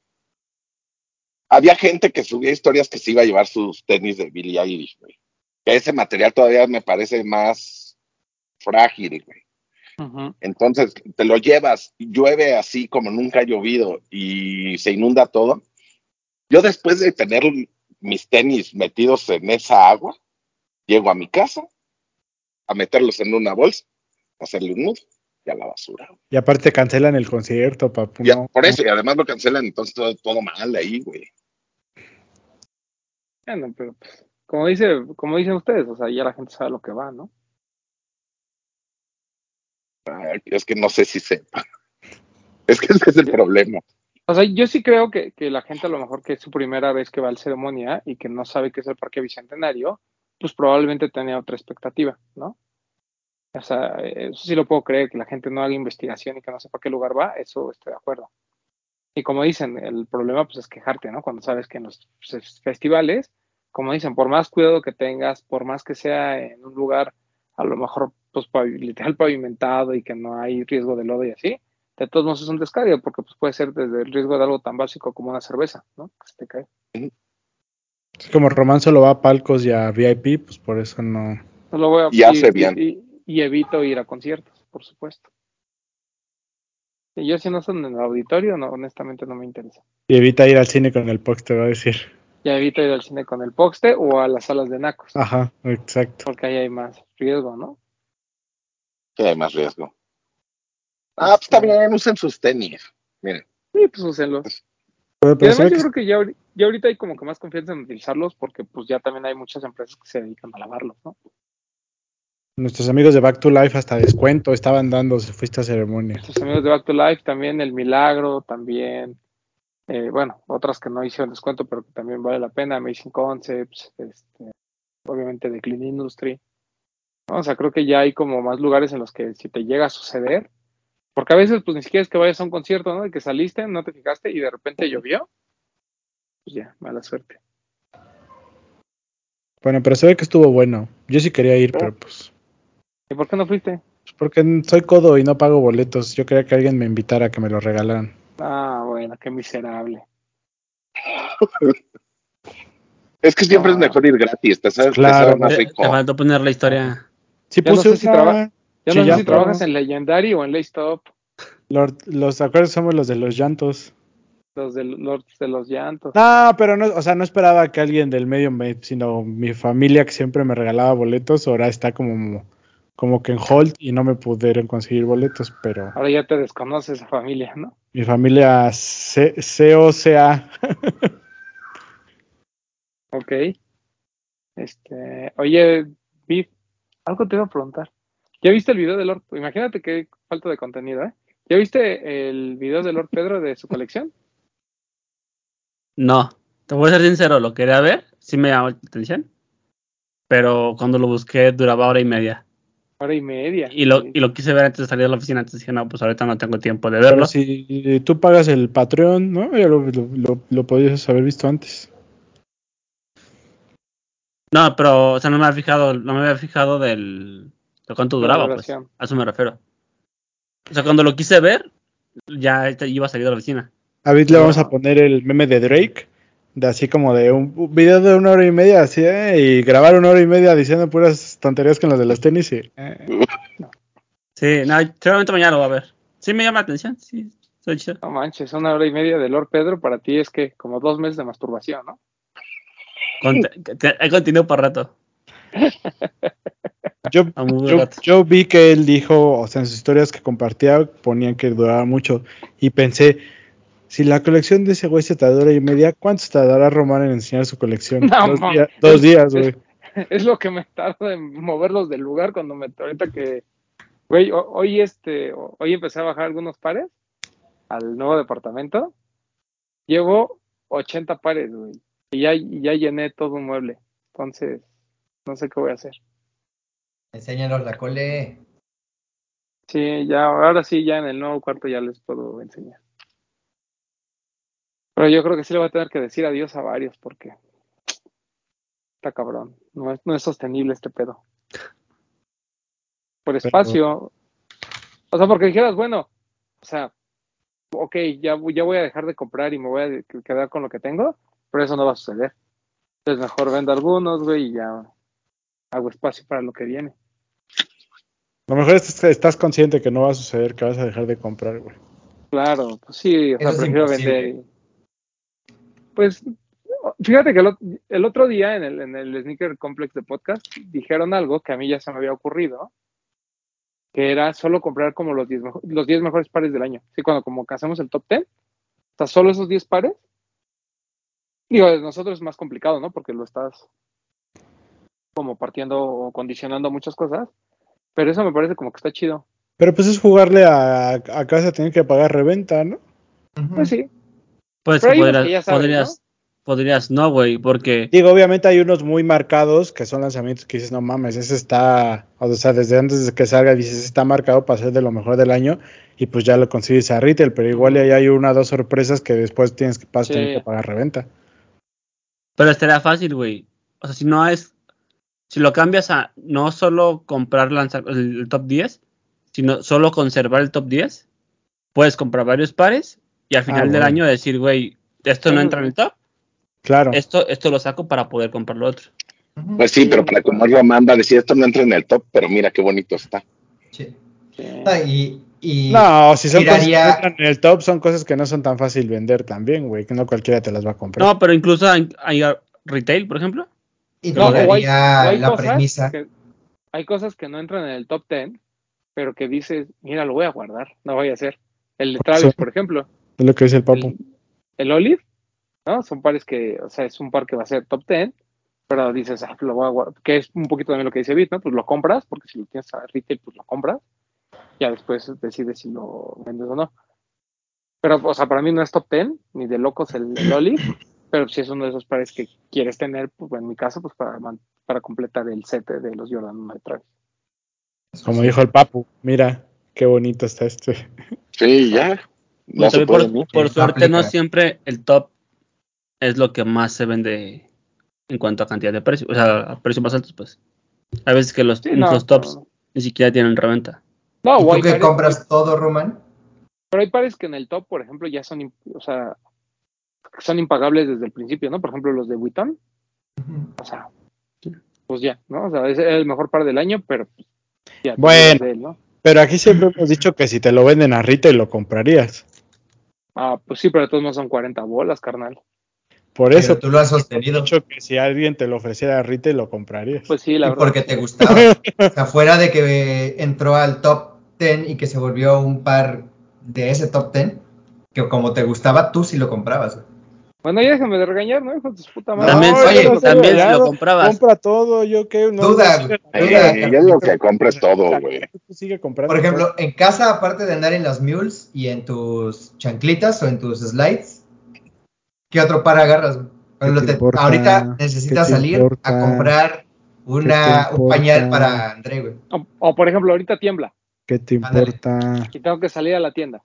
Había gente que subía historias que se iba a llevar sus tenis de Billie Eilish, güey. Que ese material todavía me parece más frágil, güey. Ujú. Entonces, te lo llevas, llueve así como nunca ha llovido y se inunda todo. Yo después de tener mis tenis metidos en esa agua, llego a mi casa a meterlos en una bolsa, a hacerle un nudo y a la basura. Y aparte cancelan el concierto, papu, Ya, no. por eso, y además lo cancelan, entonces todo mal ahí, güey. Bueno, pero pues, como dicen ustedes, o sea, ya la gente sabe lo que va, ¿no? Es que no sé si sepa. Es que ese es el problema. O sea, yo sí creo que la gente a lo mejor que es su primera vez que va al ceremonia y que no sabe qué es el Parque Bicentenario, pues probablemente tenía otra expectativa, ¿no? O sea, eso sí lo puedo creer, que la gente no haga investigación y que no sepa qué lugar va, eso estoy de acuerdo. Y como dicen, el problema pues es quejarte, ¿no? Cuando sabes que en los festivales, como dicen, por más cuidado que tengas, por más que sea en un lugar a lo mejor pues literal pavimentado y que no hay riesgo de lodo y así, de todos modos es un descargo, porque pues puede ser desde el riesgo de algo tan básico como una cerveza, ¿no? Que se te cae. Es como Román solo va a palcos y a VIP, pues por eso no. No lo voy a, Y hace bien. y evito ir a conciertos, por supuesto. Y yo si no son en el auditorio, no, honestamente no me interesa. Y evita ir al cine con el Pox, te va a decir. Ya evito ir al cine con el Poxte o a las salas de Nacos, Ajá, exacto. porque ahí hay más riesgo, ¿no? Que hay más riesgo. Ah, pues está Este, bien, usen sus tenis. Miren, y pues úsenlos. Y Pero se además ve yo que creo que ya ahorita hay como que más confianza en utilizarlos porque pues ya también hay muchas empresas que se dedican a lavarlos, ¿no? nuestros amigos de Back to Life hasta descuento estaban dando si fuiste a ceremonia. Nuestros amigos de Back to Life también, El Milagro, también, bueno, otras que no hicieron descuento, pero que también vale la pena, Amazing Concepts, obviamente de Clean Industry, ¿no? O sea, creo que ya hay como más lugares en los que si te llega a suceder, porque a veces pues ni siquiera es que vayas a un concierto, ¿no? De que saliste, no te fijaste y de repente llovió, pues ya, mala suerte. Bueno, pero se ve que estuvo bueno. Yo sí quería ir, pero pues. ¿Y por qué no fuiste? Porque soy codo y no pago boletos. Yo quería que alguien me invitara a que me lo regalaran. Ah, bueno, qué miserable. Es que siempre es No. mejor ir gratis, te sabe Claro. más Te rico. faltó poner la historia. Sí Ya no puse sé si una Ya no sé si chillando. trabajas en Legendary o en Laystop, Los acuerdos somos los de los llantos. los de los llantos. No, pero no, o sea, no esperaba que alguien del medio sino mi familia que siempre me regalaba boletos, ahora está como que en hold y no me pudieron conseguir boletos, pero Ahora ya te desconoces esa familia, ¿no? mi familia COCA. Ok. Oye, Viv, algo te iba a preguntar. ¿Ya viste el video de Lord? Imagínate qué falta de contenido, ¿eh? ¿Ya viste el video de Lord Pedro de su colección? No, te voy a ser sincero, lo quería ver, sí me llamó la atención, pero cuando lo busqué duraba hora y media. Hora y media. Y lo quise ver antes de salir de la oficina, entonces dije, no, pues ahorita no tengo tiempo de Pero verlo. si tú pagas el Patreon, ¿no? Ya lo podías haber visto antes. No, pero, o sea, no me había fijado de cuánto La duraba, pues, duración. a eso me refiero. O sea, cuando lo quise ver, ya iba a salir de la oficina. A le vamos a No. poner el meme de Drake, de así como de un video de 1 hora y media, así, y grabar 1 hora y media diciendo puras tonterías con los de los tenis. Sí, no, seguramente mañana lo va a ver. Sí me llama la atención, sí, soy chido. No manches, 1 hora y media de Lord Pedro para ti es que como 2 meses de masturbación, ¿no? Hay contenido por rato, Yo, a muy buen yo, rato. yo vi que él dijo, o sea, en sus historias que compartía, ponían que duraba mucho, y pensé, si la colección de ese güey se tarda 1 hora y media, ¿cuánto tardará Román en enseñar su colección? No, Dos mames, días, 2 días, güey. es lo que me tarda en moverlos del lugar cuando ahorita que, güey, hoy empecé a bajar algunos pares al nuevo departamento. Llevo 80 pares, güey, y ya llené todo un mueble. Entonces, no sé qué voy a hacer. Enséñanos la cole. Sí, ahora sí, ya en el nuevo cuarto ya les puedo enseñar. Pero yo creo que sí le voy a tener que decir adiós a varios porque está cabrón. No es sostenible este pedo. Por Pero, espacio. O sea, porque dijeras, bueno, o sea, ok, ya voy a dejar de comprar y me voy a quedar con lo que tengo, pero eso no va a suceder. Entonces mejor vendo algunos, güey, y ya hago espacio para lo que viene. a lo mejor estás consciente que no va a suceder, que vas a dejar de comprar, güey. Claro, pues sí, o sea, Eso es prefiero vender. imposible. Pues, fíjate que el otro día en el Sneaker Complex de podcast dijeron algo que a mí ya se me había ocurrido, que era solo comprar como los 10 mejores pares del año. Sí, cuando como que hacemos el top 10, o sea, solo esos 10 pares. Digo, de nosotros es más complicado, ¿no? Porque lo estás como partiendo o condicionando muchas cosas, pero eso me parece como que está chido. Pero pues es jugarle a casa, tener que pagar reventa, ¿no? Pues Ujú. sí, Pues pero que hay unos que ya sabes, ¿no? podrías no, güey, porque, Digo, obviamente hay unos muy marcados que son lanzamientos que dices, no mames, ese está, o sea, desde antes de que salga dices, está marcado para ser de lo mejor del año y pues ya lo consigues a retail, pero igual ahí hay una o dos sorpresas que después vas a tener que Sí, pagar reventa. pero estaría fácil, güey. O sea, si lo cambias a no solo comprar el top 10, sino solo conservar el top 10, puedes comprar varios pares y al Ah, final del bueno, año decir, güey, esto no eso entra en sí. el top, claro. esto lo saco para poder comprar lo otro. Ujú. Pues sí, pero Sí, para como Román va a decir, esto no entra en el top, pero mira qué bonito está. Sí. sí. Ah, y No, si son cosas que no tiraría. entran en el top, son cosas que no son tan fácil vender también, güey, que no cualquiera te las va a comprar. No, pero incluso hay retail, por ejemplo, Y que No, podría. o tiraría hay la cosas premisa. que no entran en el top 10, pero que dices, mira, lo voy a guardar, no voy a hacer. El de Eso Travis, por ejemplo, es lo que dice el papu. el, el Olive, ¿no? Son pares que, o sea, es un par que va a ser top 10, pero dices, lo voy a guardar, que es un poquito también lo que dice Bit, ¿no? Pues lo compras, porque si lo tienes a retail, pues lo compras, ya después decides si lo vendes o no. Pero, o sea, para mí no es top 10, ni de locos el Olive, pero si es uno de esos pares que quieres tener, pues en mi caso, pues para completar el set de los Jordan 1 de Travis. Como Sí. dijo el papu, mira, qué bonito está este. Sí, Exacto. ya, no Pues se también puede ni. por Sí, suerte no aplica. siempre el top es lo que más se vende en cuanto a cantidad de precios, o sea, a precios más altos, pues. Hay veces que Sí, los no, tops ni siquiera tienen reventa. No, ¿Y o tú hay que pares, compras todo, Román? pero hay pares que en el top, por ejemplo, ya son, o sea, son impagables desde el principio, ¿no? Por ejemplo, los de Vuitton, o sea, pues ya, ¿no? O sea, es el mejor par del año, pero pues, ya te olvidas Bueno, de él, ¿no? pero aquí siempre hemos dicho que si te lo venden a retail lo comprarías. Ah, pues sí, pero de todos modos son 40 bolas, carnal. Por Pero eso tú lo has hemos sostenido. dicho que si alguien te lo ofreciera a retail lo comprarías. Pues sí, la Y verdad. porque te gustaba. O sea, fuera de que entró al top 10 y que se volvió un par de ese top 10, que como te gustaba, tú sí lo comprabas. Güey. Bueno, ya déjame de regañar, ¿no? Hijo de su puta madre. También, No, Todo yo eso no lo estoy también si lo rayado. comprabas. Compra todo, yo que no Duda, sigue güey, comprando. duda, Yo digo que compres todo, güey. Tú sigue comprando Por ejemplo, todo. en casa, aparte de andar en las mules y en tus chanclitas o en tus slides, ¿qué otro par agarras? Güey? Por ¿Qué te ejemplo, ahorita importa? ¿Qué necesitas te salir a importa? comprar ¿Qué te un pañal importa? para André, güey. O, por ejemplo, ahorita tiembla ¿Qué te Ándale. importa? y tengo que salir a la tienda.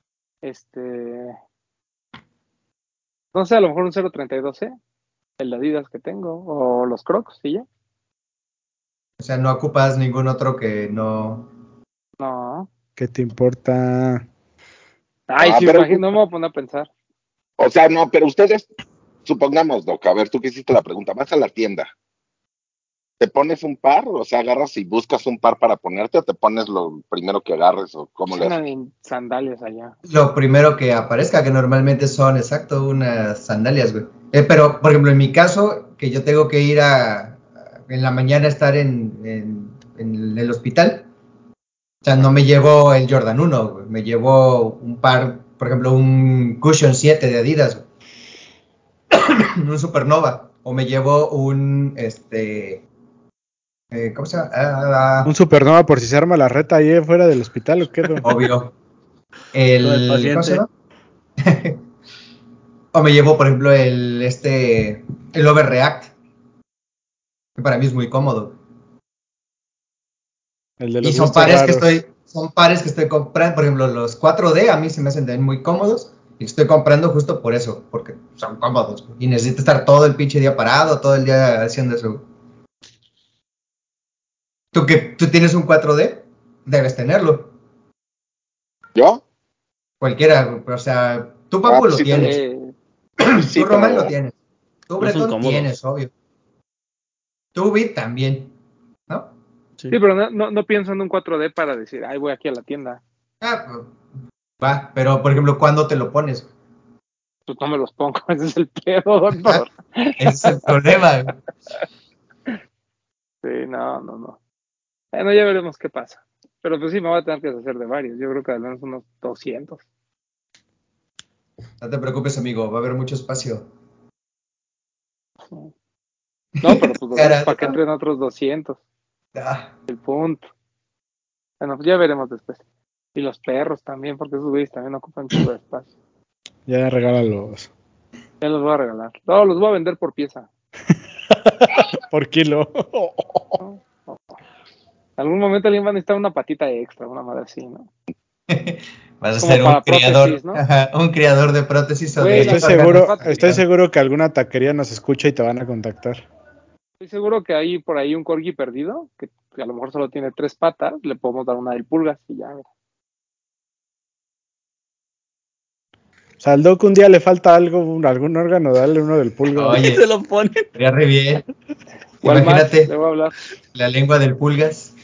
No sé, a lo mejor un 0.32, ¿eh? El de Adidas que tengo, o los Crocs, y ya. O sea, no ocupas ningún otro que no. No. ¿Qué te importa? Ay, sí, Pero, imagino, no me voy a poner a pensar. o sea, no, pero ustedes, supongamos, Doc, a ver, tú que hiciste la pregunta, vas a la tienda, ¿te pones un par? O sea, agarras y buscas un par para ponerte o te pones lo primero que agarres o cómo le Andan haces. en sandalias allá. Lo primero que aparezca, que normalmente son, exacto, unas sandalias, güey. Pero, por ejemplo, en mi caso, que yo tengo que ir en la mañana a estar en el hospital, o sea, no me llevo el Jordan 1, güey. Me llevo un par, por ejemplo, un Cushion 7 de Adidas, güey. Un Supernova, o me llevo ¿cómo se llama? ¿Un supernova por si se arma la reta ahí fuera del hospital o qué? Obvio. Con el ¿Cómo se paciente. llama? O me llevo, por ejemplo, el Overreact, que para mí es muy cómodo. El de Y los gustos raros. son pares que estoy comprando, por ejemplo, los 4D a mí se me hacen también muy cómodos y estoy comprando justo por eso, porque son cómodos. Y necesito estar todo el pinche día parado, todo el día haciendo eso. ¿Tú tienes un 4D? Debes tenerlo. ¿Yo? Cualquiera, o sea, tú Ah, Papu lo tienes, pues tú sí, Román lo pero tienes, tú No son Bretón tienes, cómodos. obvio. Tú Bit también, ¿no? Sí, Sí. pero no pienso en un 4D para decir, ay, voy aquí a la tienda. Ah, pues, va, pero por ejemplo, ¿cuándo te lo pones? Pues no me los pongo, ese es el pedo, doctor. Ese es el problema. Sí, no. Bueno, ya veremos qué pasa. Pero pues sí, me voy a tener que deshacer de varios. Yo creo que al menos unos 200. No te preocupes, amigo, va a haber mucho espacio. No, pero pues 200 Cara de para que entren otros 200. ah, El punto. Bueno, pues ya veremos después. Y los perros también, porque esos güeyes también ocupan un chingo de espacio. Ya regálalos. Ya los voy a regalar. No, los voy a vender por pieza. Por kilo. ¿No? En algún momento alguien va a necesitar una patita extra, una madre así, ¿no? vas Es a como ser un para criador, prótesis, ¿no? ajá, un criador de prótesis o Güey, de Estoy órganos seguro, estoy aplicados. seguro que alguna taquería nos escucha y te van a contactar. estoy seguro que hay por ahí un corgi perdido, que a lo mejor solo tiene 3 patas, le podemos dar una del pulgas y ya, mira. O sea, al Doc un día le falta algo, algún órgano, dale uno del pulgar. Se Oye, lo ponen. estaría re bien. Walmart, Imagínate le voy a hablar. la lengua del pulgas.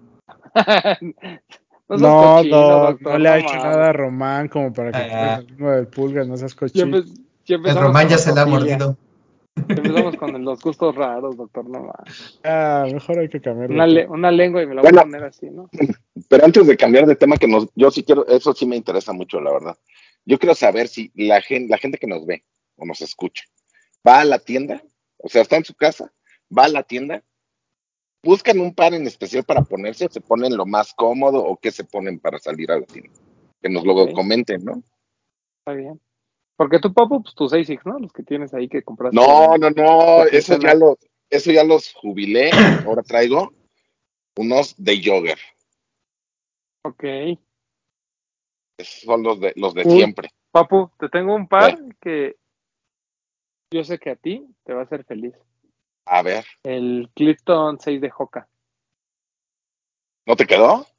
No sos No, cochino, Doc, no doctor, le ha no hecho mames. nada a Román como para que quieras Ah, el uno del pulgar, no seas Ya, cochino. ya el empezamos Román con ya la se la ha zoofilia. mordido. Ya empezamos con los gustos raros, doctor, no mames. Ah, mejor hay que cambiar de tema. Una lengua y me la voy a bueno, poner así, ¿no? pero antes de cambiar de tema, yo sí quiero, eso sí me interesa mucho, la verdad. Yo quiero saber si la gente que nos ve o nos escucha va a la tienda, o sea, está en su casa, va a la tienda, buscan un par en especial para ponerse, o se ponen lo más cómodo o qué se ponen para salir a la tienda. Que nos Ok, lo comenten, ¿no? está bien. Porque tú, papu, pues tus ASICs, ¿no? Los que tienes ahí que compraste No, en no, no, por quincena. eso ya los jubilé. Ahora traigo unos de jogger. Ok, Esos son los de cool. siempre. Papu, te tengo un par Ve, que yo sé que a ti te va a hacer feliz. a ver, El Clifton 6 de Hoka. ¿no te quedó?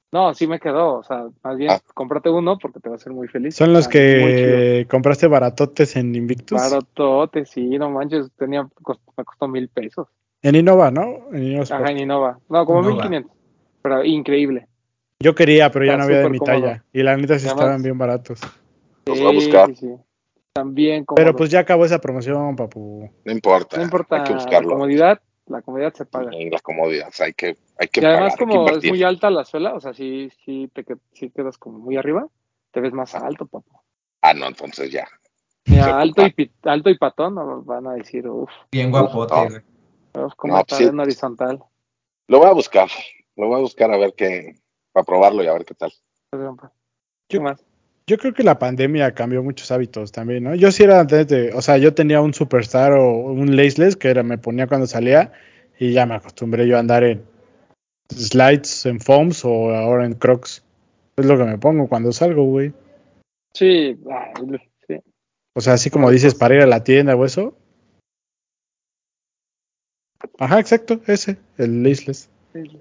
No, sí me quedó. O sea, más bien, Ah. cómprate uno porque te va a hacer muy feliz. Son los Está muy chido. que compraste baratotes en Invictus. Barotote, sí, no manches, me costó $1,000. En Innova, ¿no? En Innova Ajá, Sport. en Innova. No, como No va. 1,500. Pero increíble. Yo quería, pero ya Está no había de súper mi cómodo. talla. Y la neta sí Y estaban además, bien baratos. Los voy a sí, buscar. sí, sí. También Pero cómodos. pues ya acabó esa promoción, papu. No No importa, hay que importa buscarlo. la comodidad se paga. Y la comodidad, o sea, hay que Y además, pagar, hay que como es invertir. muy alta la suela, o sea, sí quedas como muy arriba, te ves más alto, papá. Ah, no, entonces ya. Se Mira, ocupa. alto y patón, no, van a decir, uff, Bien Uf, guapote, no, güey. cómo no, pues estar sí, en horizontal. lo voy a buscar. Lo voy a buscar a ver para probarlo y a ver qué tal. ¿Qué Yo, más? yo creo que la pandemia cambió muchos hábitos también, ¿no? Yo sí era antes de, o sea, yo tenía un Superstar o un Laceless que me ponía cuando salía y ya me acostumbré yo a andar en slides, en foams o ahora en Crocs. Es lo que me pongo cuando salgo, güey. Sí, sí, O sea, así como como de dices, estos. para ir a la tienda o eso. Ajá, exacto, ese, el Laceless.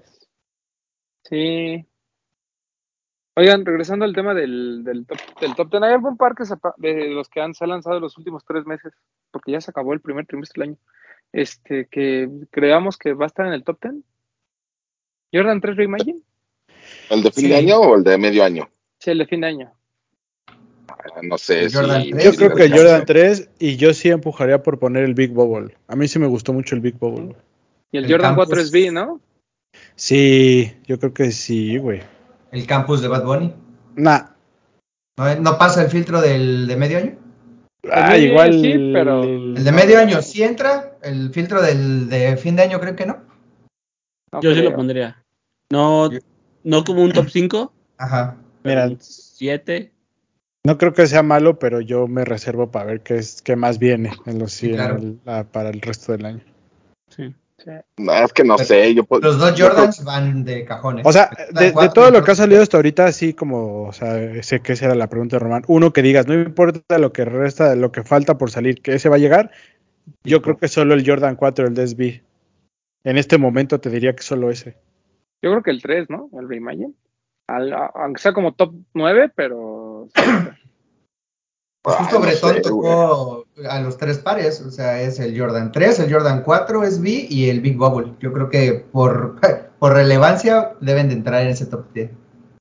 Sí. Oigan, regresando al tema del top 10, ¿hay algún par de los que se han lanzado los últimos 3 meses? Porque ya se acabó el primer trimestre del año. Que creamos que va a estar en el top 10. Jordan 3 Reimagine. ¿El de fin de Sí, año o el de medio año? Sí, el de fin de año. No sé el Jordan si Yo 3 creo y decirle el que que sí. Jordan Campus. 3 y yo sí empujaría por poner el Big Bubble. A mí sí me gustó mucho el Big Bubble, ¿Sí? güey. Y el El Jordan 4 Campus, SB, ¿no? Sí, yo creo que sí, güey. el Campus de Bad Bunny. Nah, ¿No pasa el filtro de medio año? De medio igual año sí, pero El de medio año sí entra, el filtro de fin de año creo que no. no Yo sí lo creo. pondría. No, Yo- no como un top 5, Ajá. pero mira, un 7. no creo que sea malo, pero yo me reservo para ver qué más viene en los Sí, claro. para el resto del año. Sí. Sí. No, es que no Pero sé, los dos yo creo, Jordans van de O cajones. sea, El Jordan de 4 y todo el lo que ha Jordan salido 3. hasta ahorita, así como, o sea, sé que esa era la pregunta de Román, uno que digas, no importa lo que resta, lo que falta por salir, que ese va a llegar, yo creo que solo el Jordan 4, el DSB. En este momento te diría que solo ese. Yo creo que el 3, ¿no? El Reimagine. Aunque sea como top 9, pero sí entra. Pues ay, justo no sé, Bretón güey. tocó a los tres pares, o sea, es el Jordan 3, el Jordan 4 SB y el Big Bubble. Yo creo que por relevancia deben de entrar en ese top 10.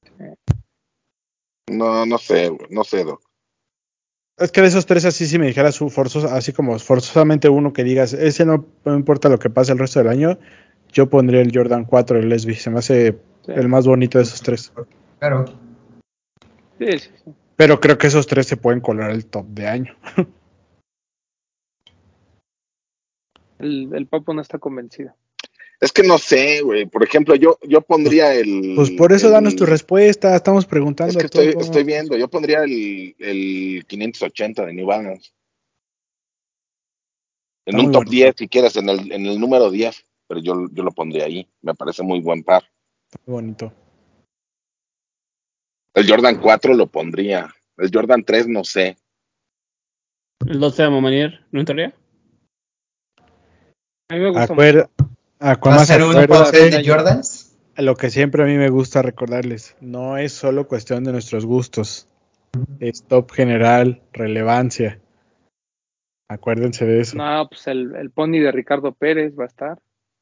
No, no sé, güey, no sé, Doc. Es que de esos tres, así si me dijeras así como forzosamente uno que digas, ese no importa lo que pase el resto del año, yo pondría el Jordan 4, el SB. Se me hace Sí, el más bonito de esos tres. Claro. sí, sí. Sí. Pero creo que esos tres se pueden colar el top de año. El Papo no está convencido. Es que no sé, güey. Por ejemplo, yo Pues, pondría pues por eso danos tu respuesta, estamos es preguntando que a todos. estoy viendo, yo pondría el 580 de New Balance. En Está un muy top bonito, 10 si quieres, en el número 10, pero yo lo pondría ahí. Me parece muy buen par. muy bonito. El Jordan 4 lo pondría. El Jordan 3 no sé. El 12 de Momenier, ¿no entraría? A mí me gusta Acuer- mucho. ¿Va a Más ser un Para top 10 fin de acuérdense de año. Jordans? lo que siempre a mí me gusta recordarles, no es solo cuestión de nuestros gustos, es top general, relevancia. Acuérdense de eso. No, pues el Pony de Ricardo Pérez va a estar.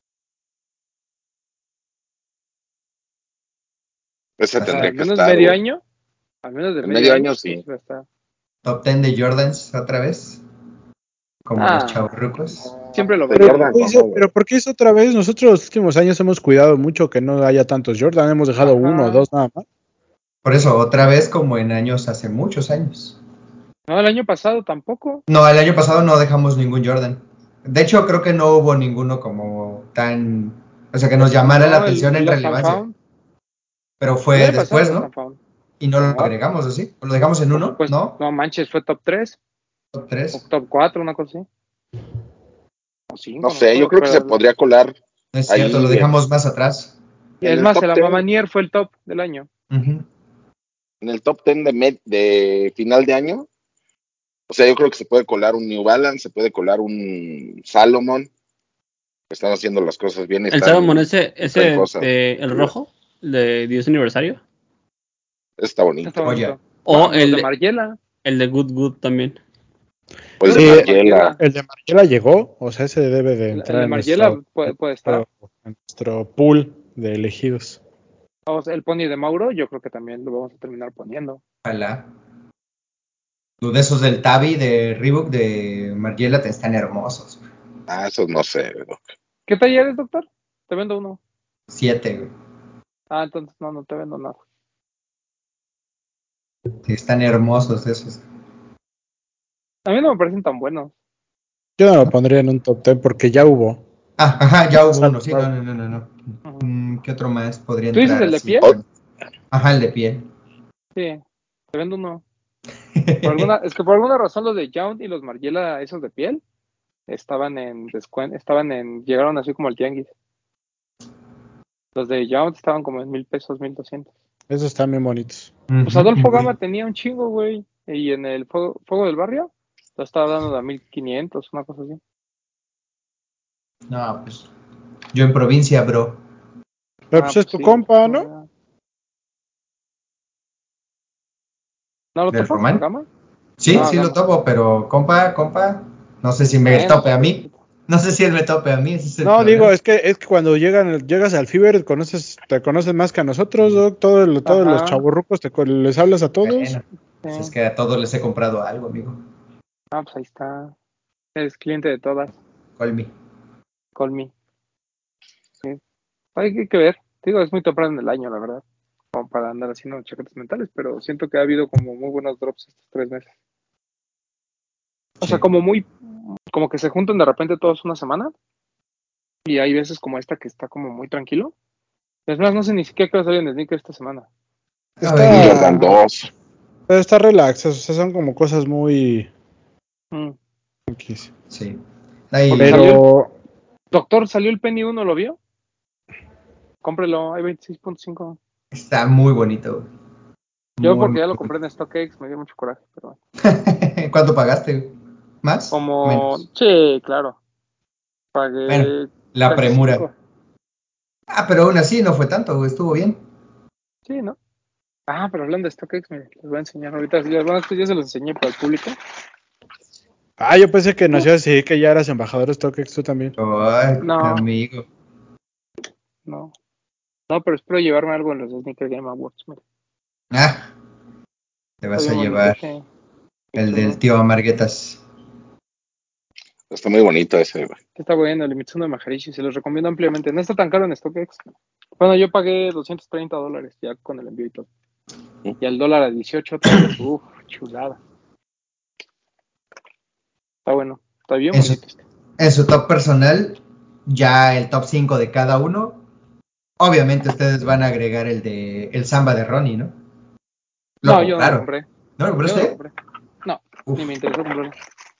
Ese O sea, tendría al que menos estar, medio güey. año. Al menos de En medio medio año, año sí sí. va a estar. Top 10 de Jordans otra vez, como los Ah, chavorrucos. siempre lo va a De Pero, haber. Jordan no, güey. pero ¿por qué es otra vez? Nosotros los últimos años hemos cuidado mucho que no haya tantos Jordan, hemos dejado uno o Ajá. dos nada más. Por eso, otra vez como en años, hace muchos años. No, el año pasado tampoco. No, el año pasado no dejamos ningún Jordan. De hecho, creo que no hubo ninguno como tan, o sea, que nos llamara la No, atención el en Lost and relevancia. Found. Pero El fue año pasado el después, Lost ¿no? and Found. Y no lo No, agregamos así. ¿Lo dejamos en por uno? supuesto. ¿No? No manches, fue top 3 Top o 3. top 4, una cosa así. O No 5, no me sé, yo acuerdo. creo que se podría colar No es cierto, lo ahí dejamos más atrás. en Es el más, top el 10, Amamanier fue el top del año. Ujú. en el top 10 de final de año. O sea, yo creo que se puede colar un New Balance, se puede colar un Salomon. Están haciendo las cosas bien, El Salomon traen ese cosas. el rojo, de 10 aniversario. Está bonito. Está bonito. Oye. O Los de Margiela. el de Good Good también. Pues Sí, de Margiela. El de Margiela llegó, o sea, ese debe de El entrar de en Margiela puede estar. nuestro pool de elegidos. Vamos, el pony de Mauro, yo creo que también lo vamos a terminar poniendo. Ojalá. De esos del Tabi de Reebok de Margiela están hermosos. Ah, esos no sé. ¿Qué taller es, doctor? Te vendo uno. 7, güey. Ah, entonces no te vendo nada. Sí, están hermosos esos. A mí no me parecen tan buenos. Yo no lo pondría en un top 10 porque ya hubo. Ah, ajá, ya hubo uno. Sí, no. Ujú. ¿Qué otro más podría ¿Tú dices entrar el de así? piel? Ajá, el de piel. Sí, te vendo uno. Es que por alguna razón los de Yount y los Margiela, esos de piel, estaban en descuento, llegaron así como al tianguis. Los de Yount estaban como en $1,000, 1,200. Esos están bien bonitos. Pues Adolfo Muy- Gama tenía un chingo, güey. Y en el Fuego del Barrio lo estaba dando de a 1,500, una cosa así. No, pues yo en provincia, bro. Pero pues es tu sí, compa, ¿no? ¿No lo ¿Del topas, Román? Gama? Sí, No, sí lo Gama. topo, pero compa, no sé si me Bueno, tope a mí. No sé si él me tope a mí, ese es el No, problema. digo, es que cuando llegas al Fiverr, te conoces más que a nosotros, Doc. Todos los Ajá. chavorrucos les hablas a todos. Bueno, pues es que a todos les he comprado algo, amigo. Pues ahí está. Eres cliente de todas. Call me. Call me. Sí. Hay que ver. Digo, es muy temprano en el año, la verdad. Como para andar haciendo chaquetas mentales, pero siento que ha habido como muy buenos drops estos 3 meses. O sea, Sí. como que se juntan de repente todos una semana. Y hay veces como esta que está como muy tranquilo. Es más, no sé ni siquiera qué va a salir en Sneaker esta semana. Ay, Jordan 2. Pero está relax, o sea, son como cosas muy Mm. X. sí. Ahí, Porque salió Pero Doctor, salió el Penny 1, ¿lo vio? Cómprelo, hay 26.5. está muy bonito. Yo Muy, porque muy ya lo compré bonito. en StockX, me dio mucho coraje, pero bueno. ¿Cuánto pagaste? ¿Más? Menos. Sí, claro. Bueno, Pagué la casi premura. 5. Pero aún así no fue tanto, estuvo bien. Sí, ¿no? Pero hablando de StockX, les voy a enseñar ahorita. Bueno, estos ya se los enseñé para el público. yo pensé que nos ibas a decir que ya eras embajador de StockX tú también. Ay, No, amigo. no. No, pero espero llevarme algo en los Sneaker Game Awards. Mira. Te Está vas a bien bonito llevar ese. el chulo. del tío Amarguetas. Está muy bonito ese, güey. Está bueno, el Mitsuno de Maharishi, se los recomiendo ampliamente. No está tan caro en StockX. Bueno, yo pagué $230 ya con el envío y todo. Y al dólar a 18 otra vez. Chulada. Está bueno, está bien En su, bonito este. en su top personal, ya el top 5 de cada uno. Obviamente ustedes van a agregar el Samba de Ronnie, ¿no? Lo No, yo no lo compraron. compré. ¿No lo Yo no lo compraste? compré. No, Uf. ni me interesó comprarlo.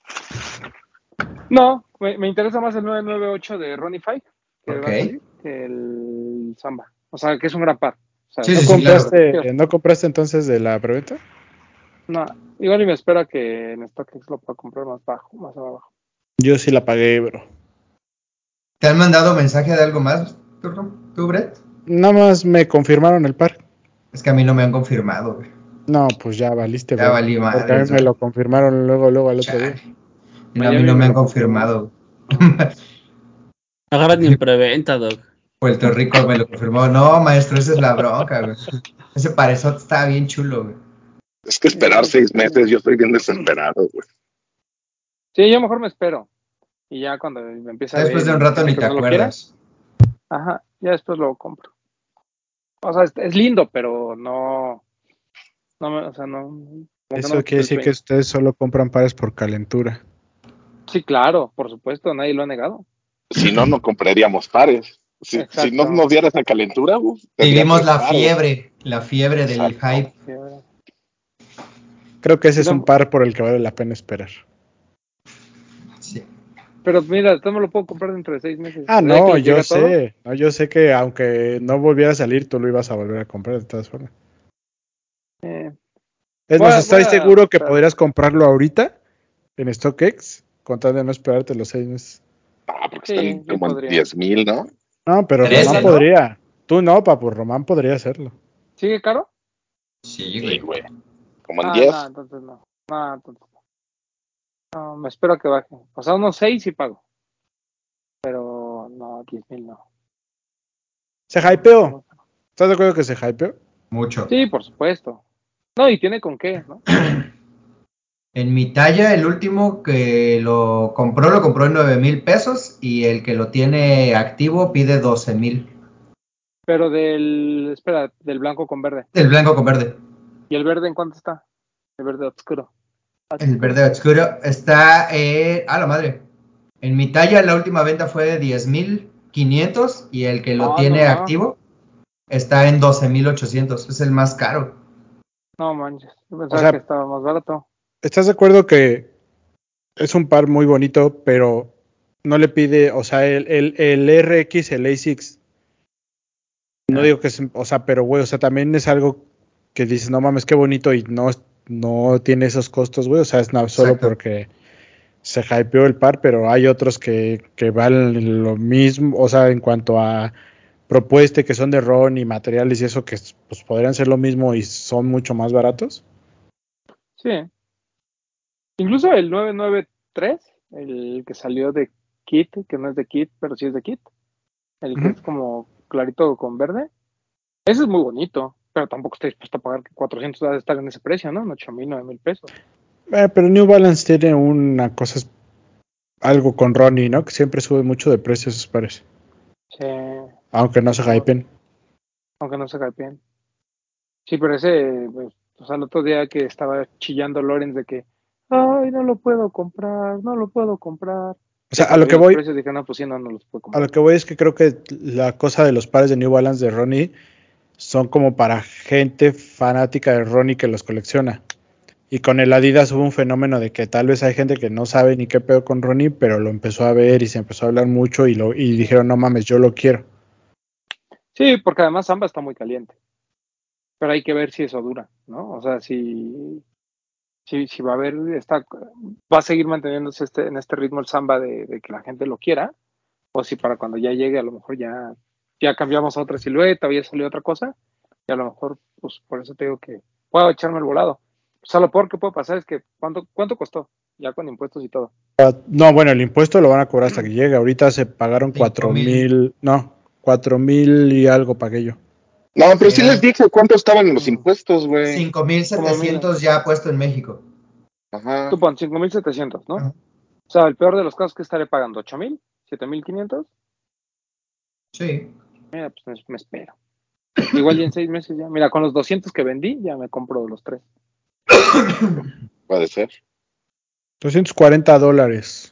No, me interesa más el 998 de Ronnie Five, que Ok. va a salir, que el Samba. O sea, que es un gran par. O sea, Sí, ¿No sí, sí, claro. compraste entonces de la preventa? No, igual y me espera que en StockX lo pueda comprar más bajo, más abajo. Yo sí la pagué, bro. ¿Te han mandado mensaje de algo más, tú, Brett? Nada más me confirmaron el par. Es que a mí no me han confirmado, güey. No, pues ya valiste, Ya bro. valí Porque a mí madres, me güey. lo confirmaron luego al otro día. Chale. No, a mí Miami no me me han lo confirmó. confirmado. No agarras ni en preventa, Doc. Puerto Rico me lo confirmó. No, maestro, esa es la bronca, güey. Ese parezote está bien chulo, güey. Es que esperar 6 meses, yo estoy bien desesperado, güey. Sí, yo mejor me espero. Y ya cuando me empiece a Después ver de un y rato ni gente te que no lo quiera, acuerdas. ya después lo compro. O sea, es lindo, pero no o sea, no, como que no Eso me quiere quitó el decir que sueño. ustedes solo compran pares por calentura. Sí, claro, por supuesto, nadie lo ha negado. Si no, no compraríamos pares. Si no Exacto. nos diera esa calentura, tendría Vivimos 3 pares. la fiebre del Exacto. hype. Creo que ese Sí, es un par por el que vale la pena esperar. Sí. pero mira, todo me lo puedo comprar dentro de 6 meses. Ah, El día que no, les yo llega todo, sé. No, yo sé que aunque no volviera a salir, tú lo ibas a volver a comprar de todas formas. eh, Es voy más, a, voy estoy a seguro que esperar. podrías comprarlo ahorita en StockX, con tal de no esperarte los 6 meses. Porque Sí, están sí como en podría. 10,000, ¿no? No, pero Román 13, ¿no? podría. Tú no, papu, Román podría hacerlo. ¿Sigue caro? Sí, Sí, güey. güey. Como en Ah, 10. no, entonces no. No, entonces no. No, me espero a que baje. O sea, unos 6 sí pago. Pero no, 10,000 no. Se hypeó. ¿Estás de acuerdo que se hypeó? Mucho. Sí, por supuesto. No, y tiene con qué, ¿no? En mi talla, el último que lo compró en 9,000 pesos y el que lo tiene activo pide 12,000. Pero espera, del blanco con verde. El blanco con verde. ¿Y el verde en cuánto está? El verde oscuro. El verde oscuro está a la madre. En mi talla, la última venta fue de 10,500 y el que lo Ah, no tiene más. activo está en 12,800. Es el más caro. No manches. Yo O pensaba que sea, estaba más barato. ¿estás de acuerdo que es un par muy bonito, pero no le pide, o sea, el RX, el A6, no digo que es, o sea, pero güey, o sea, también es algo que dices, no mames, qué bonito y no tiene esos costos, güey, o sea, es solo Exacto. porque se hypeó el par, pero hay otros que valen lo mismo, o sea, en cuanto a propuesta que son de RON y materiales y eso que pues podrían ser lo mismo y son mucho más baratos. Sí. Incluso el 993, el que salió de Kit, que no es de Kit, pero sí es de Kit. El que Ujú. es como clarito con verde. Ese es muy bonito, pero tampoco estoy dispuesto a pagar que 400 dólares estar en ese precio, ¿no? En 8,000, 9,000 pesos. Pero New Balance tiene una cosa, algo con Ronnie, ¿no? Que siempre sube mucho de precio esos pares. Sí, Aunque no sí, se hypen. aunque no se bien. Sí, pero ese, pues, o sea, el otro día que estaba chillando Lorenz de que, ay, no lo puedo comprar, no lo puedo comprar. O sea, Ya cuando vi los precios dije, no, pues sí, no, no los puedo a lo comprar. que voy es que creo que la cosa de los pares de New Balance de Ronnie son como para gente fanática de Ronnie que los colecciona. Y con el Adidas hubo un fenómeno de que tal vez hay gente que no sabe ni qué pedo con Ronnie, pero lo empezó a ver y se empezó a hablar mucho y Sí. dijeron, no mames, yo lo quiero. Sí, porque además Samba está muy caliente. Pero hay que ver si eso dura, ¿no? O sea, si va a haber, va a seguir manteniéndose en este ritmo el Samba de que la gente lo quiera, o si para cuando ya llegue a lo mejor ya cambiamos a otra silueta o ya salió otra cosa, y a lo mejor, pues por eso te digo que puedo echarme el volado. O sea, lo peor que puede pasar es que, ¿cuánto costó? Ya con impuestos y todo. No, bueno, el impuesto lo van a cobrar hasta que llegue. Ahorita se pagaron 5,000. 4,000, no, 4,000 y algo pagué yo. No, pero sí les Eran dije cuánto estaban los Mm, impuestos, güey. cinco mil Como mil, setecientos ya puesto en México. Ajá. tú pon 5,700, ¿no? Ajá. O sea, el peor de los casos que estaré pagando 8,000, 7,500. Sí. Mira, pues me espero. Igual ya en 6 meses ya. Mira, con los 200 que vendí, ya me compro los tres. Puede ser. $240.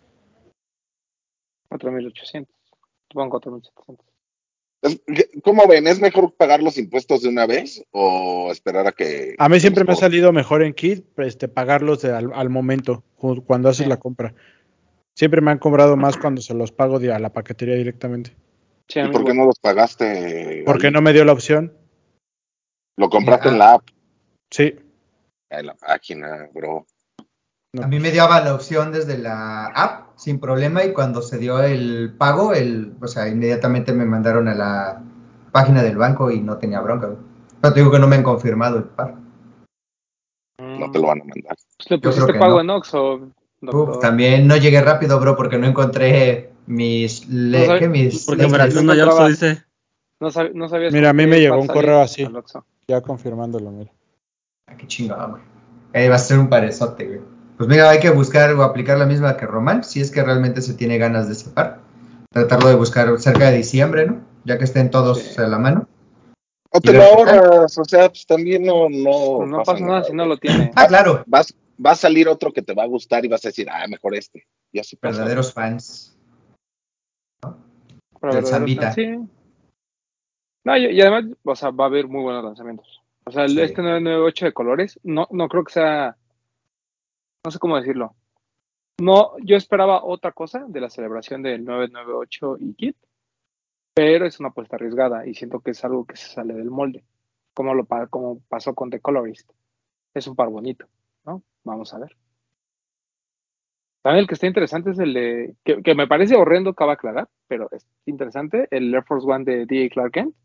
4,800. Pongo 4,700. ¿Cómo ven? ¿Es mejor pagar los impuestos de una vez o esperar a A que mí te los siempre me ha cobren? salido mejor en Kit, pagarlos al momento, cuando Sí, haces la compra. Siempre me han cobrado más cuando se los pago a la paquetería directamente. sí, a ¿Y mí por qué igual. no los pagaste Porque ahí? no me dio la opción. Lo Mira, compraste en la app, Sí. en la página, bro. a No, mí me daba la opción desde la app sin problema y cuando se dio el pago, o sea, inmediatamente me mandaron a la página del banco y no tenía bronca, güey. Pero te digo que no me han confirmado el par. No te Mm, lo van a mandar. pues le Yo creo pusiste que pago no. en Oxxo, doctor. También no llegué rápido, bro, porque no encontré mis, No, ¿qué? Mis Porque en no lasles. Veracruz no hay Oxxo, encontraba, dice. no sabías mira, con a mí me qué llegó par un salir correo así, al Oxxo. ya confirmándolo, mira. Ah, qué chingada, güey. Va a ser un parezote, güey. Pues mira, hay que buscar o aplicar la misma que Román, si es que realmente se tiene ganas de ese par. Tratarlo de buscar cerca de diciembre, ¿no? Ya que estén Sí. todos a la mano. O Y te lo ver qué tal. ahorras, o sea, pues también no No pasa pasa nada nada, si no güey. lo tienes. Ah, claro. Va a salir otro que te va a gustar y vas a decir, mejor este. Y así pasa, güey. Verdaderos fans, ¿no? Para Del verdaderos fans, Zambita. sí. No, y además, o sea, va a haber muy buenos lanzamientos. O sea, Sí. este 998 de colores, no creo que sea, no sé cómo decirlo. No, yo esperaba otra cosa de la celebración del 998 y Kit, pero es una apuesta arriesgada y siento que es algo que se sale del molde, como pasó con The Colorist. Es un par bonito, ¿no? Vamos a ver. También el que está interesante es el de, que me parece horrendo, cabe aclarar, pero es interesante, el Air Force One de D.A. Clark Kent.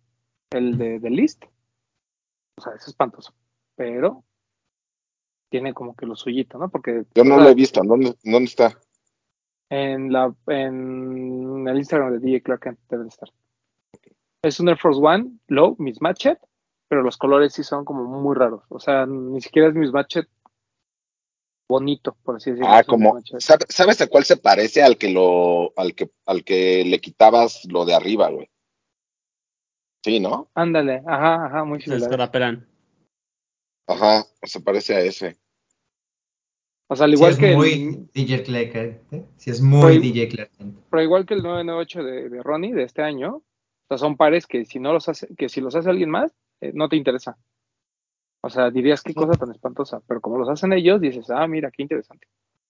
el de List. O sea, es espantoso. Pero tiene como que lo suyito, ¿no? Porque Yo no lo he visto. ¿Dónde está? en el Instagram de DJ Clark Kent debe de estar. Es un Air Force One Low Mismatched, pero los colores sí son como muy raros. O sea, ni siquiera es Mismatched bonito, por así decirlo. Ah, Es un como, mismatched. ¿sabes a cuál se parece al que le quitabas lo de arriba, güey? Sí, ¿no? Ándale, ajá, muy Se similar. escarapelan. Ajá, se parece a ese. O sea, al Sí igual es que muy DJ Clark, ¿eh? Sí es pero, muy DJ Clark. pero igual que el 998 de Ronnie de este año, o sea, son pares que si no los hace, que si los hace alguien más, no te interesa. O sea, dirías qué cosa tan espantosa, pero como los hacen ellos, dices, ah, mira, qué interesante.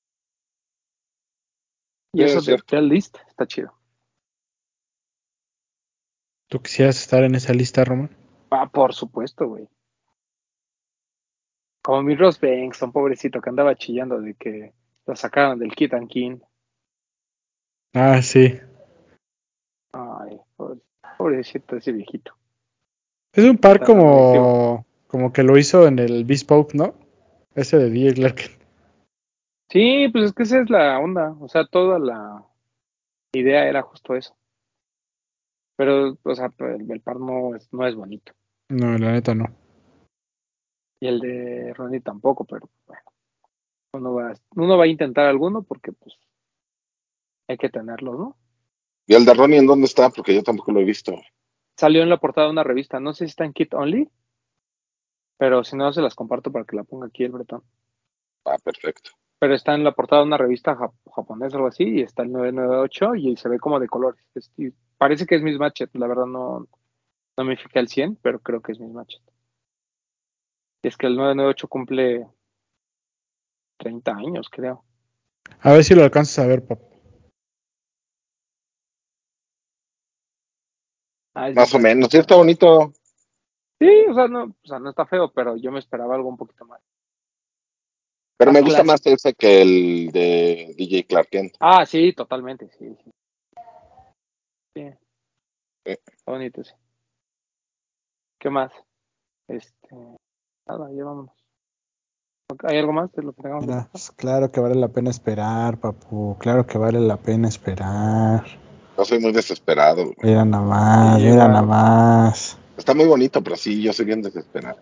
Y Sí, eso es de cierto. Tell List está chido. ¿Tú quisieras estar en esa lista, Roman? Ah, por supuesto, güey. Como mi Ross Banks, pobrecito, que andaba chillando de que lo sacaron del Kit and King. Ah, sí. Ay, pobrecito ese viejito. Es un par Tan radioactivo. como que lo hizo en el Bespoke, ¿no? Ese de DJ Clark. Sí, pues es que esa es la onda. O sea, toda la idea era justo eso. Pero, o sea, pues, el par no es bonito. No, la neta no. Y el de Ronnie tampoco, pero bueno, uno va a intentar alguno porque pues hay que tenerlo, ¿no? ¿Y el de Ronnie en dónde está? Porque yo tampoco lo he visto. Salió en la portada de una revista, no sé si está en Kit Only, pero si no se las comparto para que la ponga aquí el Bretón. Ah, perfecto. Pero está en la portada de una revista japonesa o algo así, y está el 998 y se ve como de colores. Y parece que es Mismatched, la verdad no me fijé al 100, pero creo que es Mismatched. Y es que el 998 cumple 30 años, creo. A ver si lo alcanzas a ver, papá. Ah, es Más o Mismatched. menos. Sí, está bonito. Sí, o sea, no está feo, pero yo me esperaba algo un poquito Pero más me gusta más clásico. ese que el de DJ Clark Kent. Ah, sí, totalmente, sí. Sí, está Eh, bonito, sí. ¿Qué más? Nada, ya vámonos. ¿Hay algo más de lo que tengamos que Mira, pasar? pues claro que vale la pena esperar, papu. Claro que vale la pena esperar. Yo soy muy desesperado, güey. Mira nada Sí, más, mira nada igual. más. Está muy bonito, pero sí, yo soy bien desesperado.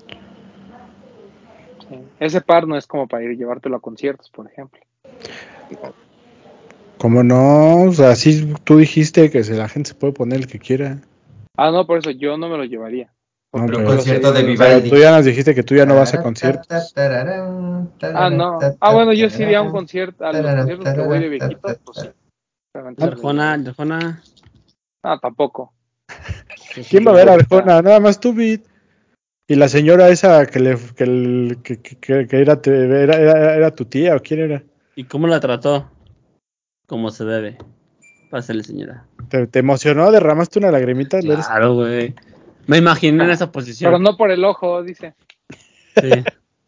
Sí. Ese par no es como para ir llevártelo a conciertos, por ejemplo. No. ¿Cómo no? O sea, sí, tú dijiste que la gente se puede poner el que quiera. Ah, no, por eso yo no me lo llevaría. No, Porque Un pero, yo concierto de pero tú Vivaldi. ya nos dijiste que tú ya no vas a conciertos. Ah, no. Ah, bueno, yo sí iría a un concierto, a los conciertos que voy de viejito, pues sí. Realmente sí me lo Arjona, llevaría. Arjona. Ah, tampoco. Pues ¿Quién va a sí. ver a O sea, Arjona? Nada más tú, Beat. Y la señora esa que era tu tía, ¿o quién era? ¿Y cómo la trató? Como se debe. Pásale, señora. ¿Te emocionó? ¿Derramaste una lagrimita? Claro, güey. Me imaginé en esa pero posición. no por el ojo, dice. Sí,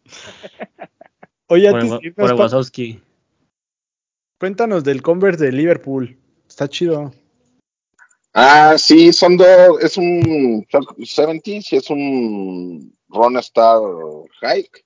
Oye, antes de por irnos, el Pap, Wazowski. cuéntanos del Converse de Liverpool. Está chido. Ah, sí, son dos. Es un Chuck 70, sí, es un Run Star Hike,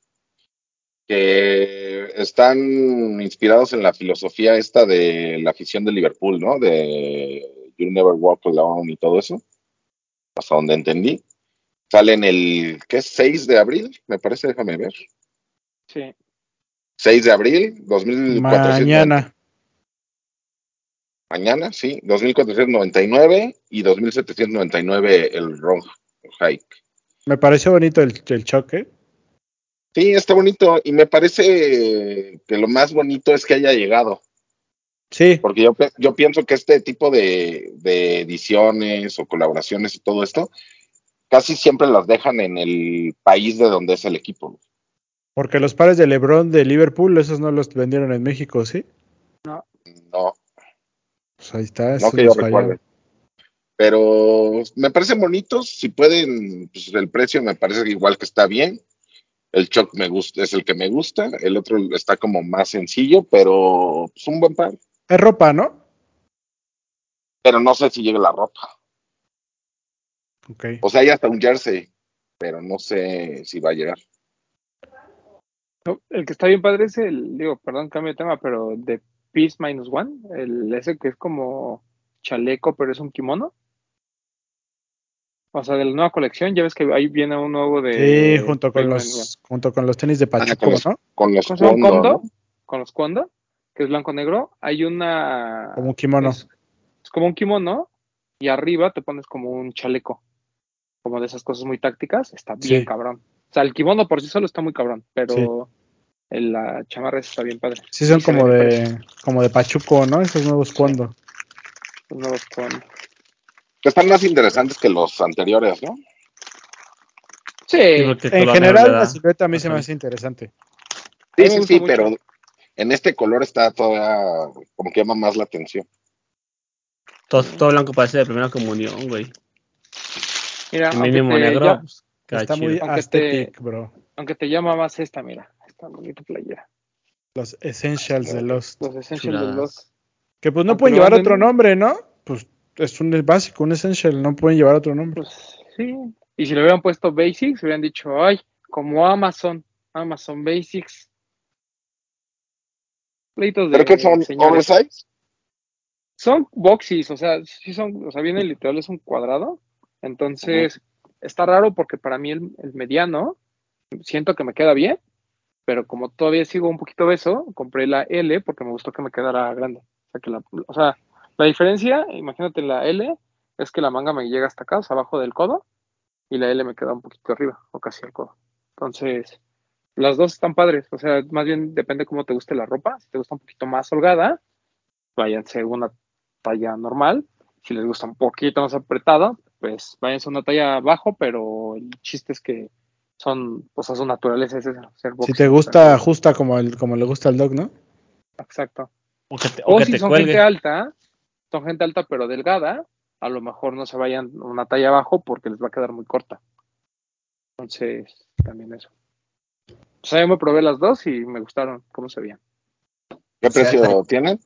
que están inspirados en la filosofía esta de la afición de Liverpool, ¿no? De You Never Walk Alone y todo eso, hasta donde entendí. Salen el, ¿qué es? 6 de abril, me parece, déjame ver. Sí. 6 de abril, 2490. Mañana. Mañana, sí, 2499 y 2799 el Ron Hike. Me pareció bonito el choque. Sí, está bonito y me parece que lo más bonito es que haya llegado, Sí, porque yo pienso que este tipo de ediciones o colaboraciones y todo esto casi siempre las dejan en el país de donde es el equipo. porque los pares de LeBron de Liverpool, esos no los vendieron en México, ¿sí? No, Pues ahí está, no eso que yo nos fallaba. recuerde. Pero me parecen bonitos, si pueden, pues el precio me parece que igual que está bien. El Choc me gusta, es el que me gusta, el otro está como más sencillo, pero es un buen par. Es ropa, ¿no? Pero no sé si llega la ropa. Ok. O sea, hay hasta un jersey, pero no sé si va a llegar. No, el que está bien padre es perdón, cambio de tema, pero de Peace Minus One, ese que es como chaleco, pero es un kimono. O sea, de la nueva colección, ya ves que ahí viene un nuevo Sí, de junto con los tenis de Ah, Pachuco, ¿no? con los ¿cómo se llama? Kondo, ¿no? Con los Kondo, que es blanco-negro. Hay Como un una, kimono. es como un kimono y arriba te pones como un chaleco, como de esas cosas muy tácticas. Está bien Sí, cabrón. O sea, el kimono por sí solo está muy cabrón, sí. pero la chamarra está bien padre. Sí, Y son se ve bien parejo. como de Pachuco, ¿no? Esos nuevos Sí, cuando. los nuevos Kondo. Que están más interesantes que los anteriores, ¿no? Sí, Sí, porque el En color negro le general, la da silueta a mí se me razón. hace interesante. a Sí, mí me sí, gusta sí, pero mucho. en este color está todavía como que llama más la atención. Todo blanco parece de primera comunión, güey. Mira, El mínimo negro, pues, queda Está chido. muy aesthetic, bro. aunque te llama más esta, mira, esta bonita playera. Los Essentials de Lost. Los Essentials de los. Chuladas. Que pues no Aunque pueden lo llevar otro anden, nombre, ¿no? Pues es un básico, un Essential, no pueden llevar otro nombre. pues sí. Y si le hubieran puesto Basics, hubieran dicho, ay, como Amazon Basics, pleitos ¿Pero qué de son? señores. ¿Oversize? Son boxys, o sea, sí son, o sea, viene literal, es un cuadrado. Ujú. Entonces, está raro porque para mí el mediano, siento que me queda bien, pero como todavía sigo un poquito obeso, compré la L porque me gustó que me quedara grande. O sea, la diferencia, imagínate la L, es que la manga me llega hasta acá, o sea, abajo del codo, y la L me queda un poquito arriba, o casi al codo. Entonces, las dos están padres, o sea, más bien depende cómo te guste la ropa. Si te gusta un poquito más holgada, váyanse una talla normal. Si les gusta un poquito más apretado, pues váyanse una talla abajo, pero el chiste es que son, o sea, su naturaleza es esa, ser Si te boxy, o sea, gusta, ajusta como le gusta al dog, ¿no? exacto. O O que si te son gente cuelgue. alta, pero delgada, a lo mejor no se vayan una talla abajo porque les va a quedar muy corta. Entonces, también eso. O sea, yo me probé las dos y me gustaron cómo se veían. ¿Qué O sea, precio tienen?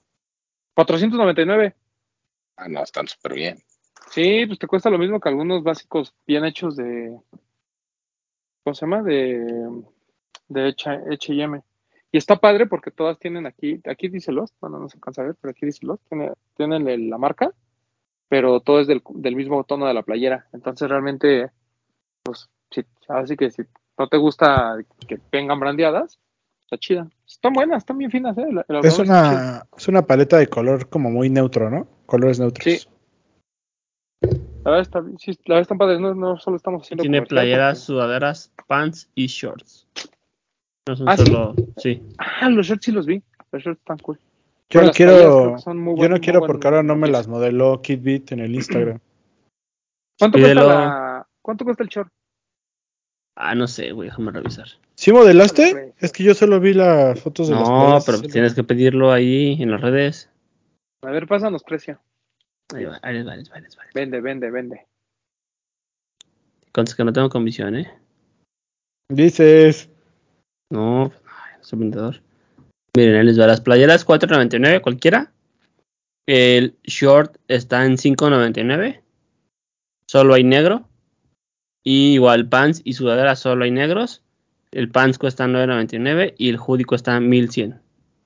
499. Ah, no, están súper bien. Sí, pues te cuesta lo mismo que algunos básicos bien hechos ¿cómo se llama? De H&M. Y está padre porque todas tienen aquí dice Lost, bueno, no se alcanza a ver, pero aquí dice Lost, tienen la marca, pero todo es del mismo tono de la playera. Entonces realmente, sí, así que si no te gusta que vengan brandeadas, está chida. Están buenas, están bien finas, el Es algodón está chido. una paleta de color como muy neutro, ¿no? Colores Sí, neutros. la verdad está, sí, la verdad están padres, no solo estamos Y haciendo tiene comercial playeras, porque... sudaderas, pants y shorts. No son Ah, sí. solo, sí. Los shorts sí los vi. Los shorts están cool. Yo Pero no las playeras creo que quiero, son yo no muy quiero porque ahora no buena me pieza. las modeló Kitbit en el Instagram. Pues pídelo. ¿Cuánto cuesta el short? Ah, no sé, güey, déjame revisar. ¿Sí A los modelaste? Es precios. que yo solo vi las fotos de las No, playeras. pero pues tienes que pedirlo ahí en las redes. A ver, pásanos precio. Ahí va, ahí les va, ahí les va, ahí les va. Vende. Consta que no tengo comisión, ¿eh? Dices, No, ay, no soy vendedor. Miren, ahí les va. Las playeras 4.99 cualquiera. El short está en 5.99. Solo hay negro. Y igual pants y sudadera solo hay negros. El pants cuesta 9.99 y el hoodie cuesta 1.100.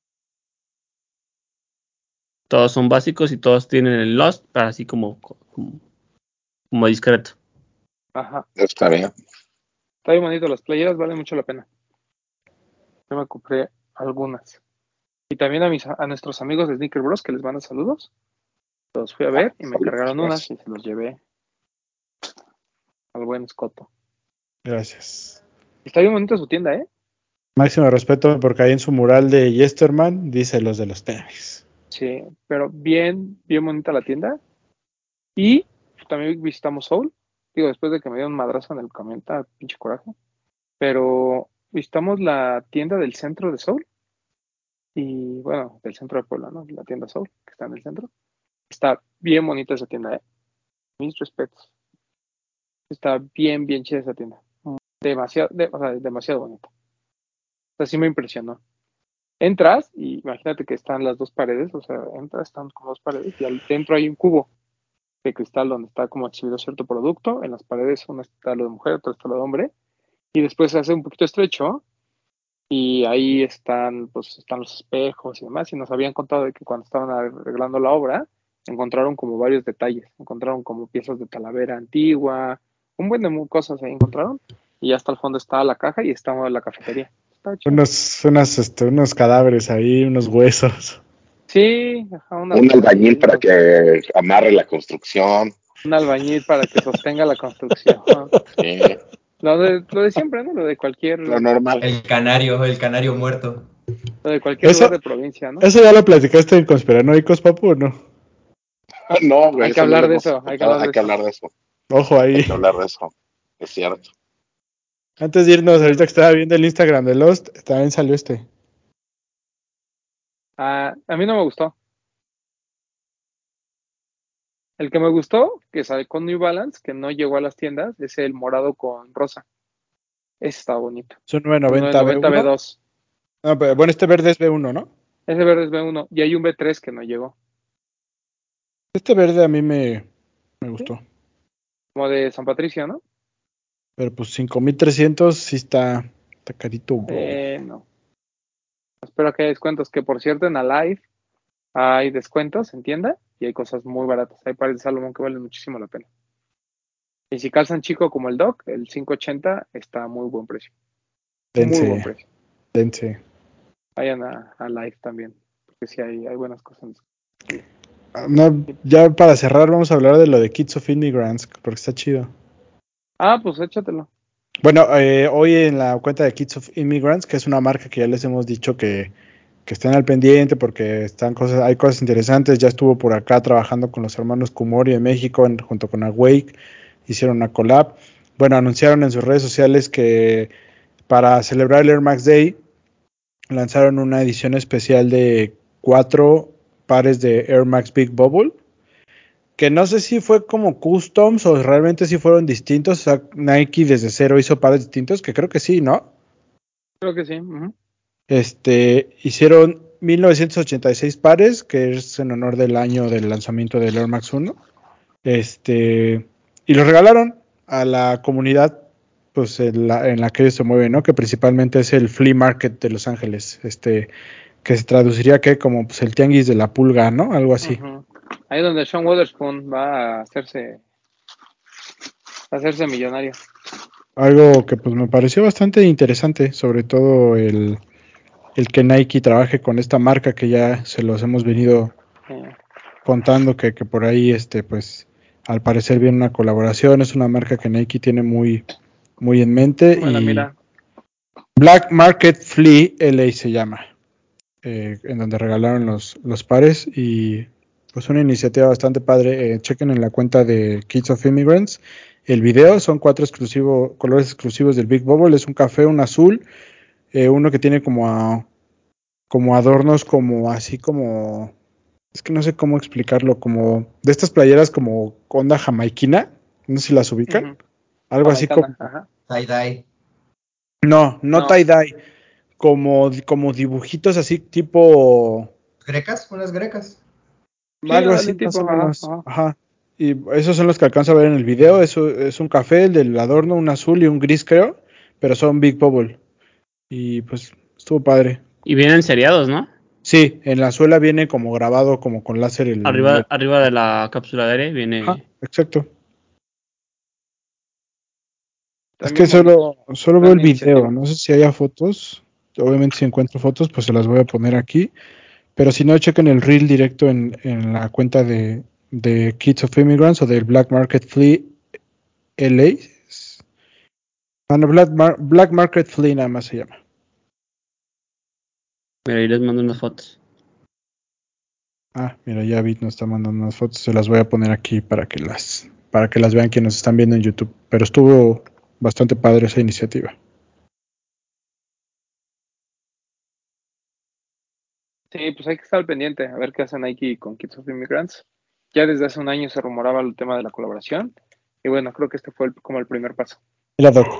Todos son básicos y todos tienen el Lost, para así como discreto. Ajá. Está bien. Está bien bonito. Las playeras valen mucho la pena. Yo me compré algunas. Y también a nuestros amigos de Sneaker Bros que les mando saludos. Los fui a ver y me Saludos, encargaron unas pues. y se los llevé al buen Scotto. gracias. Está bien bonita su tienda, ¿eh? Máximo respeto porque ahí en su mural de Yesterman dice los de los tenis. Sí, pero bien bonita la tienda. Y también visitamos Soul. Digo, después de que me dio un madrazo en el camión, pinche coraje. Pero visitamos la tienda del centro de Soul. Y bueno, del centro de Puebla, ¿no? La tienda Soul, que está en el centro. Está bien bonita esa tienda, ¿eh? Mis respetos. Está bien chida esa tienda. Demasiado, o sea, demasiado bonita. O sea, sí me impresionó. Entras y imagínate que están las dos paredes, o sea, entras, están como dos paredes y dentro hay un cubo. de cristal donde está como exhibido cierto producto. En las paredes uno está lo de mujer, otro está lo de hombre. Y después se hace un poquito estrecho y ahí están, pues, están los espejos y demás. Y nos habían contado de que cuando estaban arreglando la obra, encontraron como varios detalles. Encontraron como piezas de talavera antigua, un buen de cosas ahí encontraron. Y hasta al fondo está la caja y está la cafetería. Está chido. Unos cadáveres ahí, unos huesos. Sí, ajá, Un albañil para que amarre la construcción. un albañil para que sostenga la construcción. Sí, Lo de siempre, ¿no? Lo de cualquier lo normal. El canario muerto. lugar de provincia, ¿no? Eso ya lo platicaste en Conspiranoicos, papu, ¿o no? No, güey, Hay que eso no lo hablar de hemos eso, hay que tocado. hablar Hay de que eso. hablar de eso. Ojo Hay ahí. que hablar de eso. Es cierto. Antes de irnos, ahorita que estaba viendo el Instagram de Lost, también salió este. A mí no me gustó. El que me gustó, que sale con New Balance, que no llegó a las tiendas, es el morado con rosa. Ese está bonito. Es un El 990 990 B1. B2. No, pero bueno, este verde es B1, ¿no? Ese verde es B1. Y hay un B3 que no llegó. Este verde a mí me ¿Sí? gustó. Como de San Patricio, ¿no? Pero pues 5300 sí está carito, bro. No. Espero que haya descuentos. Que por cierto, en Alive hay descuentos en tienda y hay cosas muy baratas. Hay pares de Salomón que valen muchísimo la pena. Y si calzan chico como el Doc, el 580 está a muy buen precio. Muy buen Dense, precio. dense. Vayan a Live también, porque sí hay buenas cosas. No, ya para cerrar vamos a hablar de lo de Kids of Immigrants, porque está chido. Pues échatelo. Bueno, hoy en la cuenta de Kids of Immigrants, que es una marca que ya les hemos dicho que estén al pendiente porque hay cosas interesantes. Ya estuvo por acá trabajando con los hermanos Kumori de México junto con Awake, hicieron una collab. Bueno, anunciaron en sus redes sociales que para celebrar el Air Max Day lanzaron una edición especial de 4 pares de Air Max Big Bubble, que no sé si fue como customs o realmente si fueron distintos. O sea, Nike desde cero hizo pares distintos, que creo que sí, ¿no? Creo que sí. Uh-huh. Hicieron 1986 pares, que es en honor del año del lanzamiento del Air Max 1. Y los regalaron a la comunidad pues en la que ellos se mueven, ¿no? Que principalmente es el flea market de Los Ángeles, que se traduciría que como pues el tianguis de la pulga, ¿no? Algo así. Uh-huh. Ahí donde Sean Wotherspoon va a hacerse millonario. Algo que pues me pareció bastante interesante, sobre todo el que Nike trabaje con esta marca que ya se los hemos venido contando que por ahí pues al parecer viene una colaboración. Es una marca que Nike tiene muy en mente. Bueno, Y mira. Black Market Flea LA se llama, en donde regalaron los pares y pues una iniciativa bastante padre. Chequen en la cuenta de Kids of Immigrants el video. Son 4 colores exclusivos del Big Bubble. Es un café, un azul, uno que tiene como adornos como así como, es que no sé cómo explicarlo, como de estas playeras como onda jamaiquina, no sé si las ubican, Uh-huh. algo así como, Ajá. Tie-dye. no tie-dye, como dibujitos así tipo, ¿Grecas? ¿Unas grecas? Sí, algo ándale, así más tipo, o ajá, menos, ajá. ajá. Y esos son los que alcanzo a ver en el video. Eso es un café, el del adorno, un azul y un gris creo, pero son Big Bubble. Y pues estuvo padre. Y vienen seriados, ¿no? Sí, en la suela viene como grabado como con láser el número. Arriba de la cápsula de aire Ajá, viene. exacto. Es que También bonitos. solo veo el Gran video, iniciativa. no sé si haya fotos. Obviamente si encuentro fotos, pues se las voy a poner aquí. Pero si no, chequen el reel directo en la cuenta de Kids of Immigrants o del Black Market Flea LA. No, Black Market Flea nada más se llama. Mira, ahí les mando unas fotos. Ah, mira, ya vi, nos está mandando unas fotos. Se las voy a poner aquí para que las vean quienes nos están viendo en YouTube. Pero estuvo bastante padre esa iniciativa. Sí, pues hay que estar al pendiente, a ver qué hace Nike con Kids of Immigrants. Ya desde hace un año se rumoraba el tema de la colaboración. Y bueno, creo que este fue como el primer paso. Mira, Doc.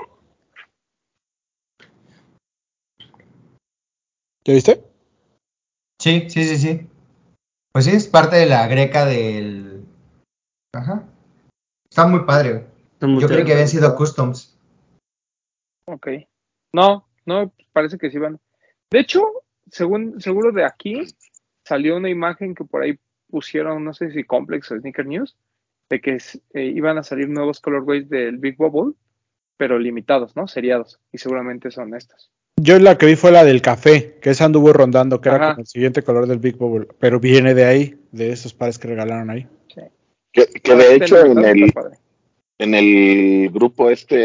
¿Ya viste? Sí. Pues sí, es parte de la greca Ajá. Está muy padre, güey. Son muy Yo creí que habían sido interesante. customs. Ok. No, parece que sí van. De hecho, seguro de aquí salió una imagen que por ahí pusieron, no sé si Complex o Sneaker News, de que iban a salir nuevos colorways del Big Bubble, pero limitados, ¿no? Seriados. Y seguramente son estos. Yo la que vi fue la del café, que esa anduvo rondando, que era Ajá. como el siguiente color del Big Bubble, pero viene de ahí, de esos pares que regalaron ahí. Sí. Que Ahora de sí, de hecho limitado está padre. en el grupo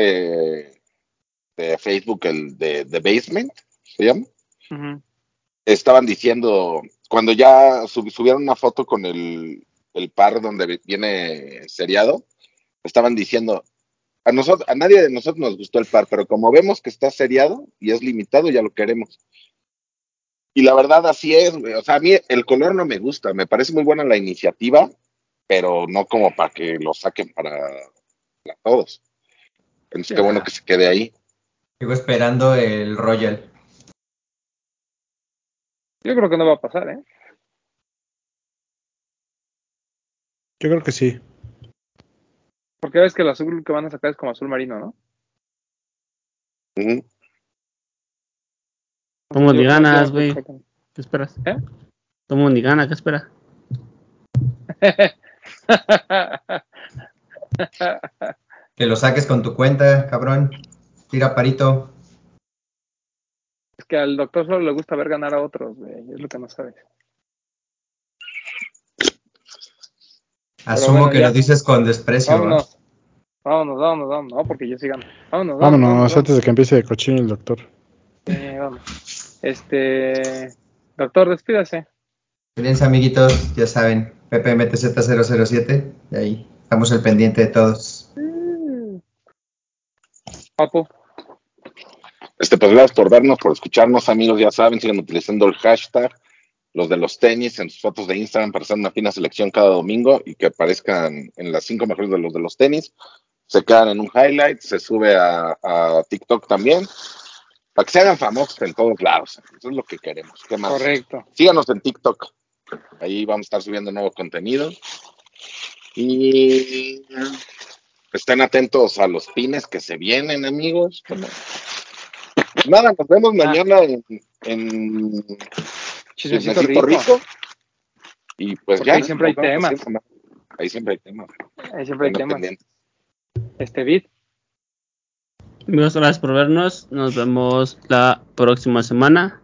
de Facebook, el de Basement, ¿se llama? Ujú. Estaban diciendo, cuando ya subieron una foto con el par donde viene seriado, estaban diciendo, a nadie de nosotros nos gustó el par, pero como vemos que está seriado y es limitado, ya lo queremos. Y la verdad así es, güey. O sea, a mí el color no me gusta, me parece muy buena la iniciativa, pero no como para que lo saquen para todos. Entonces, qué bueno que se quede ahí. Sigo esperando el Royal. Yo creo que no va a pasar, ¿eh? Yo creo que sí. Porque ves que el azul que van a sacar es como azul marino, ¿no? Ujú. Tomo Entonces ni yo ganas, no creo que güey. saquen. ¿Qué esperas? ¿Eh? Tomo ni gana, ¿qué espera? Que lo saques con tu cuenta, cabrón. Tira parito. Es que al doctor solo le gusta ver ganar a otros, güey. Es lo que no sabes. Pero Asumo bueno, que lo ya. dices con desprecio, ¿va? Vámonos. Vámonos. No, porque yo sí gano. Vámonos, Vámonos. antes de que empiece de cochino el doctor. Vamos. Doctor, despídase. Cuídense, amiguitos, ya saben, PPMTZ007, y ahí estamos al pendiente de todos. Papu. Pues gracias por vernos, por escucharnos, amigos, ya saben, sigan utilizando el hashtag, los de los tenis, en sus fotos de Instagram para hacer una fina selección cada domingo y que aparezcan en las 5 mejores de los tenis. Se quedan en un highlight, se sube a TikTok también, para que se hagan famosos en todos lados. Eso es lo que queremos. ¿Qué más? Correcto. Síganos en TikTok. Ahí vamos a estar subiendo nuevo contenido. Y estén atentos a los pines que se vienen, amigos. Bueno, nada, nos vemos mañana en Chismecito Chismecito rico. Rico. Y pues Porque ya, ahí siempre hay nos vemos la temas. siguiente semana. Ahí siempre hay temas. Ahí siempre hay Estén temas. pendientes. Vid. Amigos, gracias por vernos. Nos vemos la próxima semana.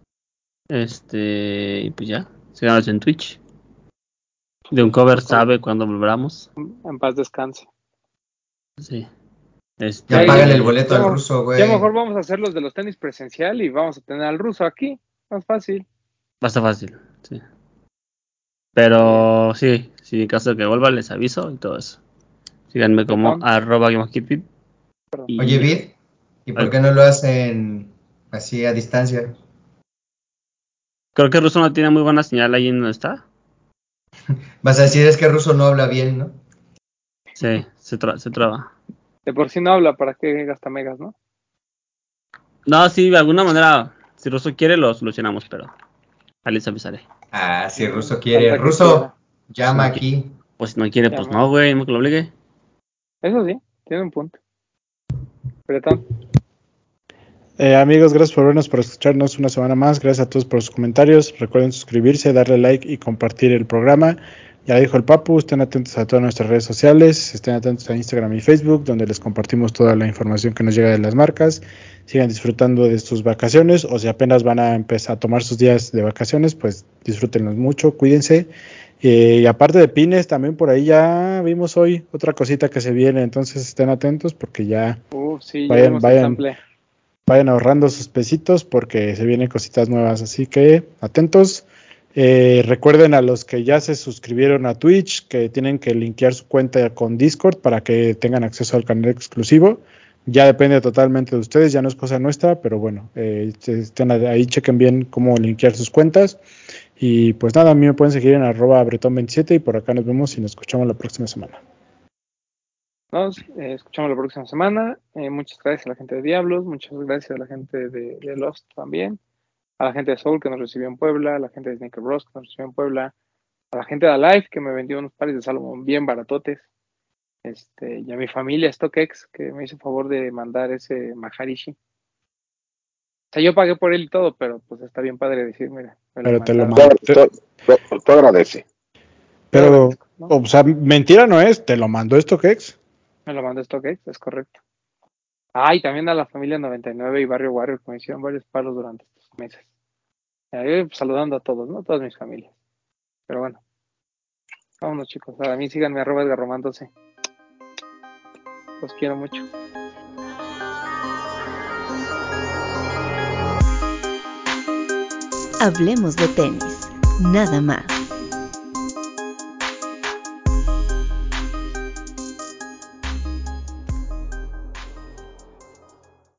Y pues ya, síganos en Twitch. De un cover sabe cuándo volveremos. En paz descanse. Sí. Ya págale el boleto al ruso, Ya güey. mejor vamos a hacer los de los tenis presencial y vamos a tener al ruso aquí. Más fácil. Va a estar fácil, sí. Pero sí, en caso de que vuelva les aviso y todo eso. Síganme como Petón. @GameKitPit. Oye, Y ya. Vid, ¿y por qué no lo hacen así a distancia? Creo que Russo no tiene muy buena señal ahí en donde está. Vas a decir, es que ruso no habla bien, ¿no? Sí, se traba. De por sí no habla, ¿para qué gasta megas, no? No, sí, de alguna manera, si Russo quiere, lo solucionamos, pero ahí les avisaré. Ah, si ruso quiere. Falta que quiera. Ruso, llama aquí. Pues si no quiere, pues Llama. no, güey, no que lo obligue. Eso sí, tiene un punto. Petón. Amigos, gracias por vernos, por escucharnos una semana más. Gracias a todos por sus comentarios. Recuerden suscribirse, darle like y compartir el programa. Ya dijo el Papu, estén atentos a todas nuestras redes sociales, estén atentos a Instagram y Facebook, donde les compartimos toda la información que nos llega de las marcas. Sigan disfrutando de sus vacaciones, o si apenas van a empezar a tomar sus días de vacaciones, pues disfrútenlos mucho, cuídense. Y aparte de pines, también por ahí ya vimos hoy otra cosita que se viene, entonces estén atentos porque ya Sí, ya vayan, vimos el vayan, sample. vayan ahorrando sus pesitos porque se vienen cositas nuevas, así que atentos. Recuerden a los que ya se suscribieron a Twitch que tienen que linkear su cuenta con Discord para que tengan acceso al canal exclusivo. Ya depende totalmente de ustedes, ya no es cosa nuestra, pero bueno, estén ahí, chequen bien cómo linkear sus cuentas. Y pues nada, a mí me pueden seguir en @bretón27 y por acá nos vemos y nos escuchamos la próxima semana. Nos escuchamos la próxima semana. Muchas gracias a la gente de Diablos, muchas gracias a la gente de Lost también, a la gente de Soul que nos recibió en Puebla, a la gente de Sneaker Bros que nos recibió en Puebla, a la gente de Alive que me vendió unos pares de Salomon bien baratotes. Y a mi familia StockX que me hizo favor de mandar ese Maharishi. O sea, yo pagué por él y todo, pero pues está bien padre decir, mira, me lo Pero te lo mandaron. Tú agradece. Pero, ¿No? o sea, mentira no es, te lo mandó StockX. Me lo mandó StockX, es correcto. Y también a la familia 99 y Barrio Warrior, que me hicieron varios palos durante estos meses. Saludando a todos, ¿no? Todas mis familias. Pero bueno, vámonos chicos. A mí síganme @edgarromán12. Los quiero mucho. Hablemos de tenis, nada más.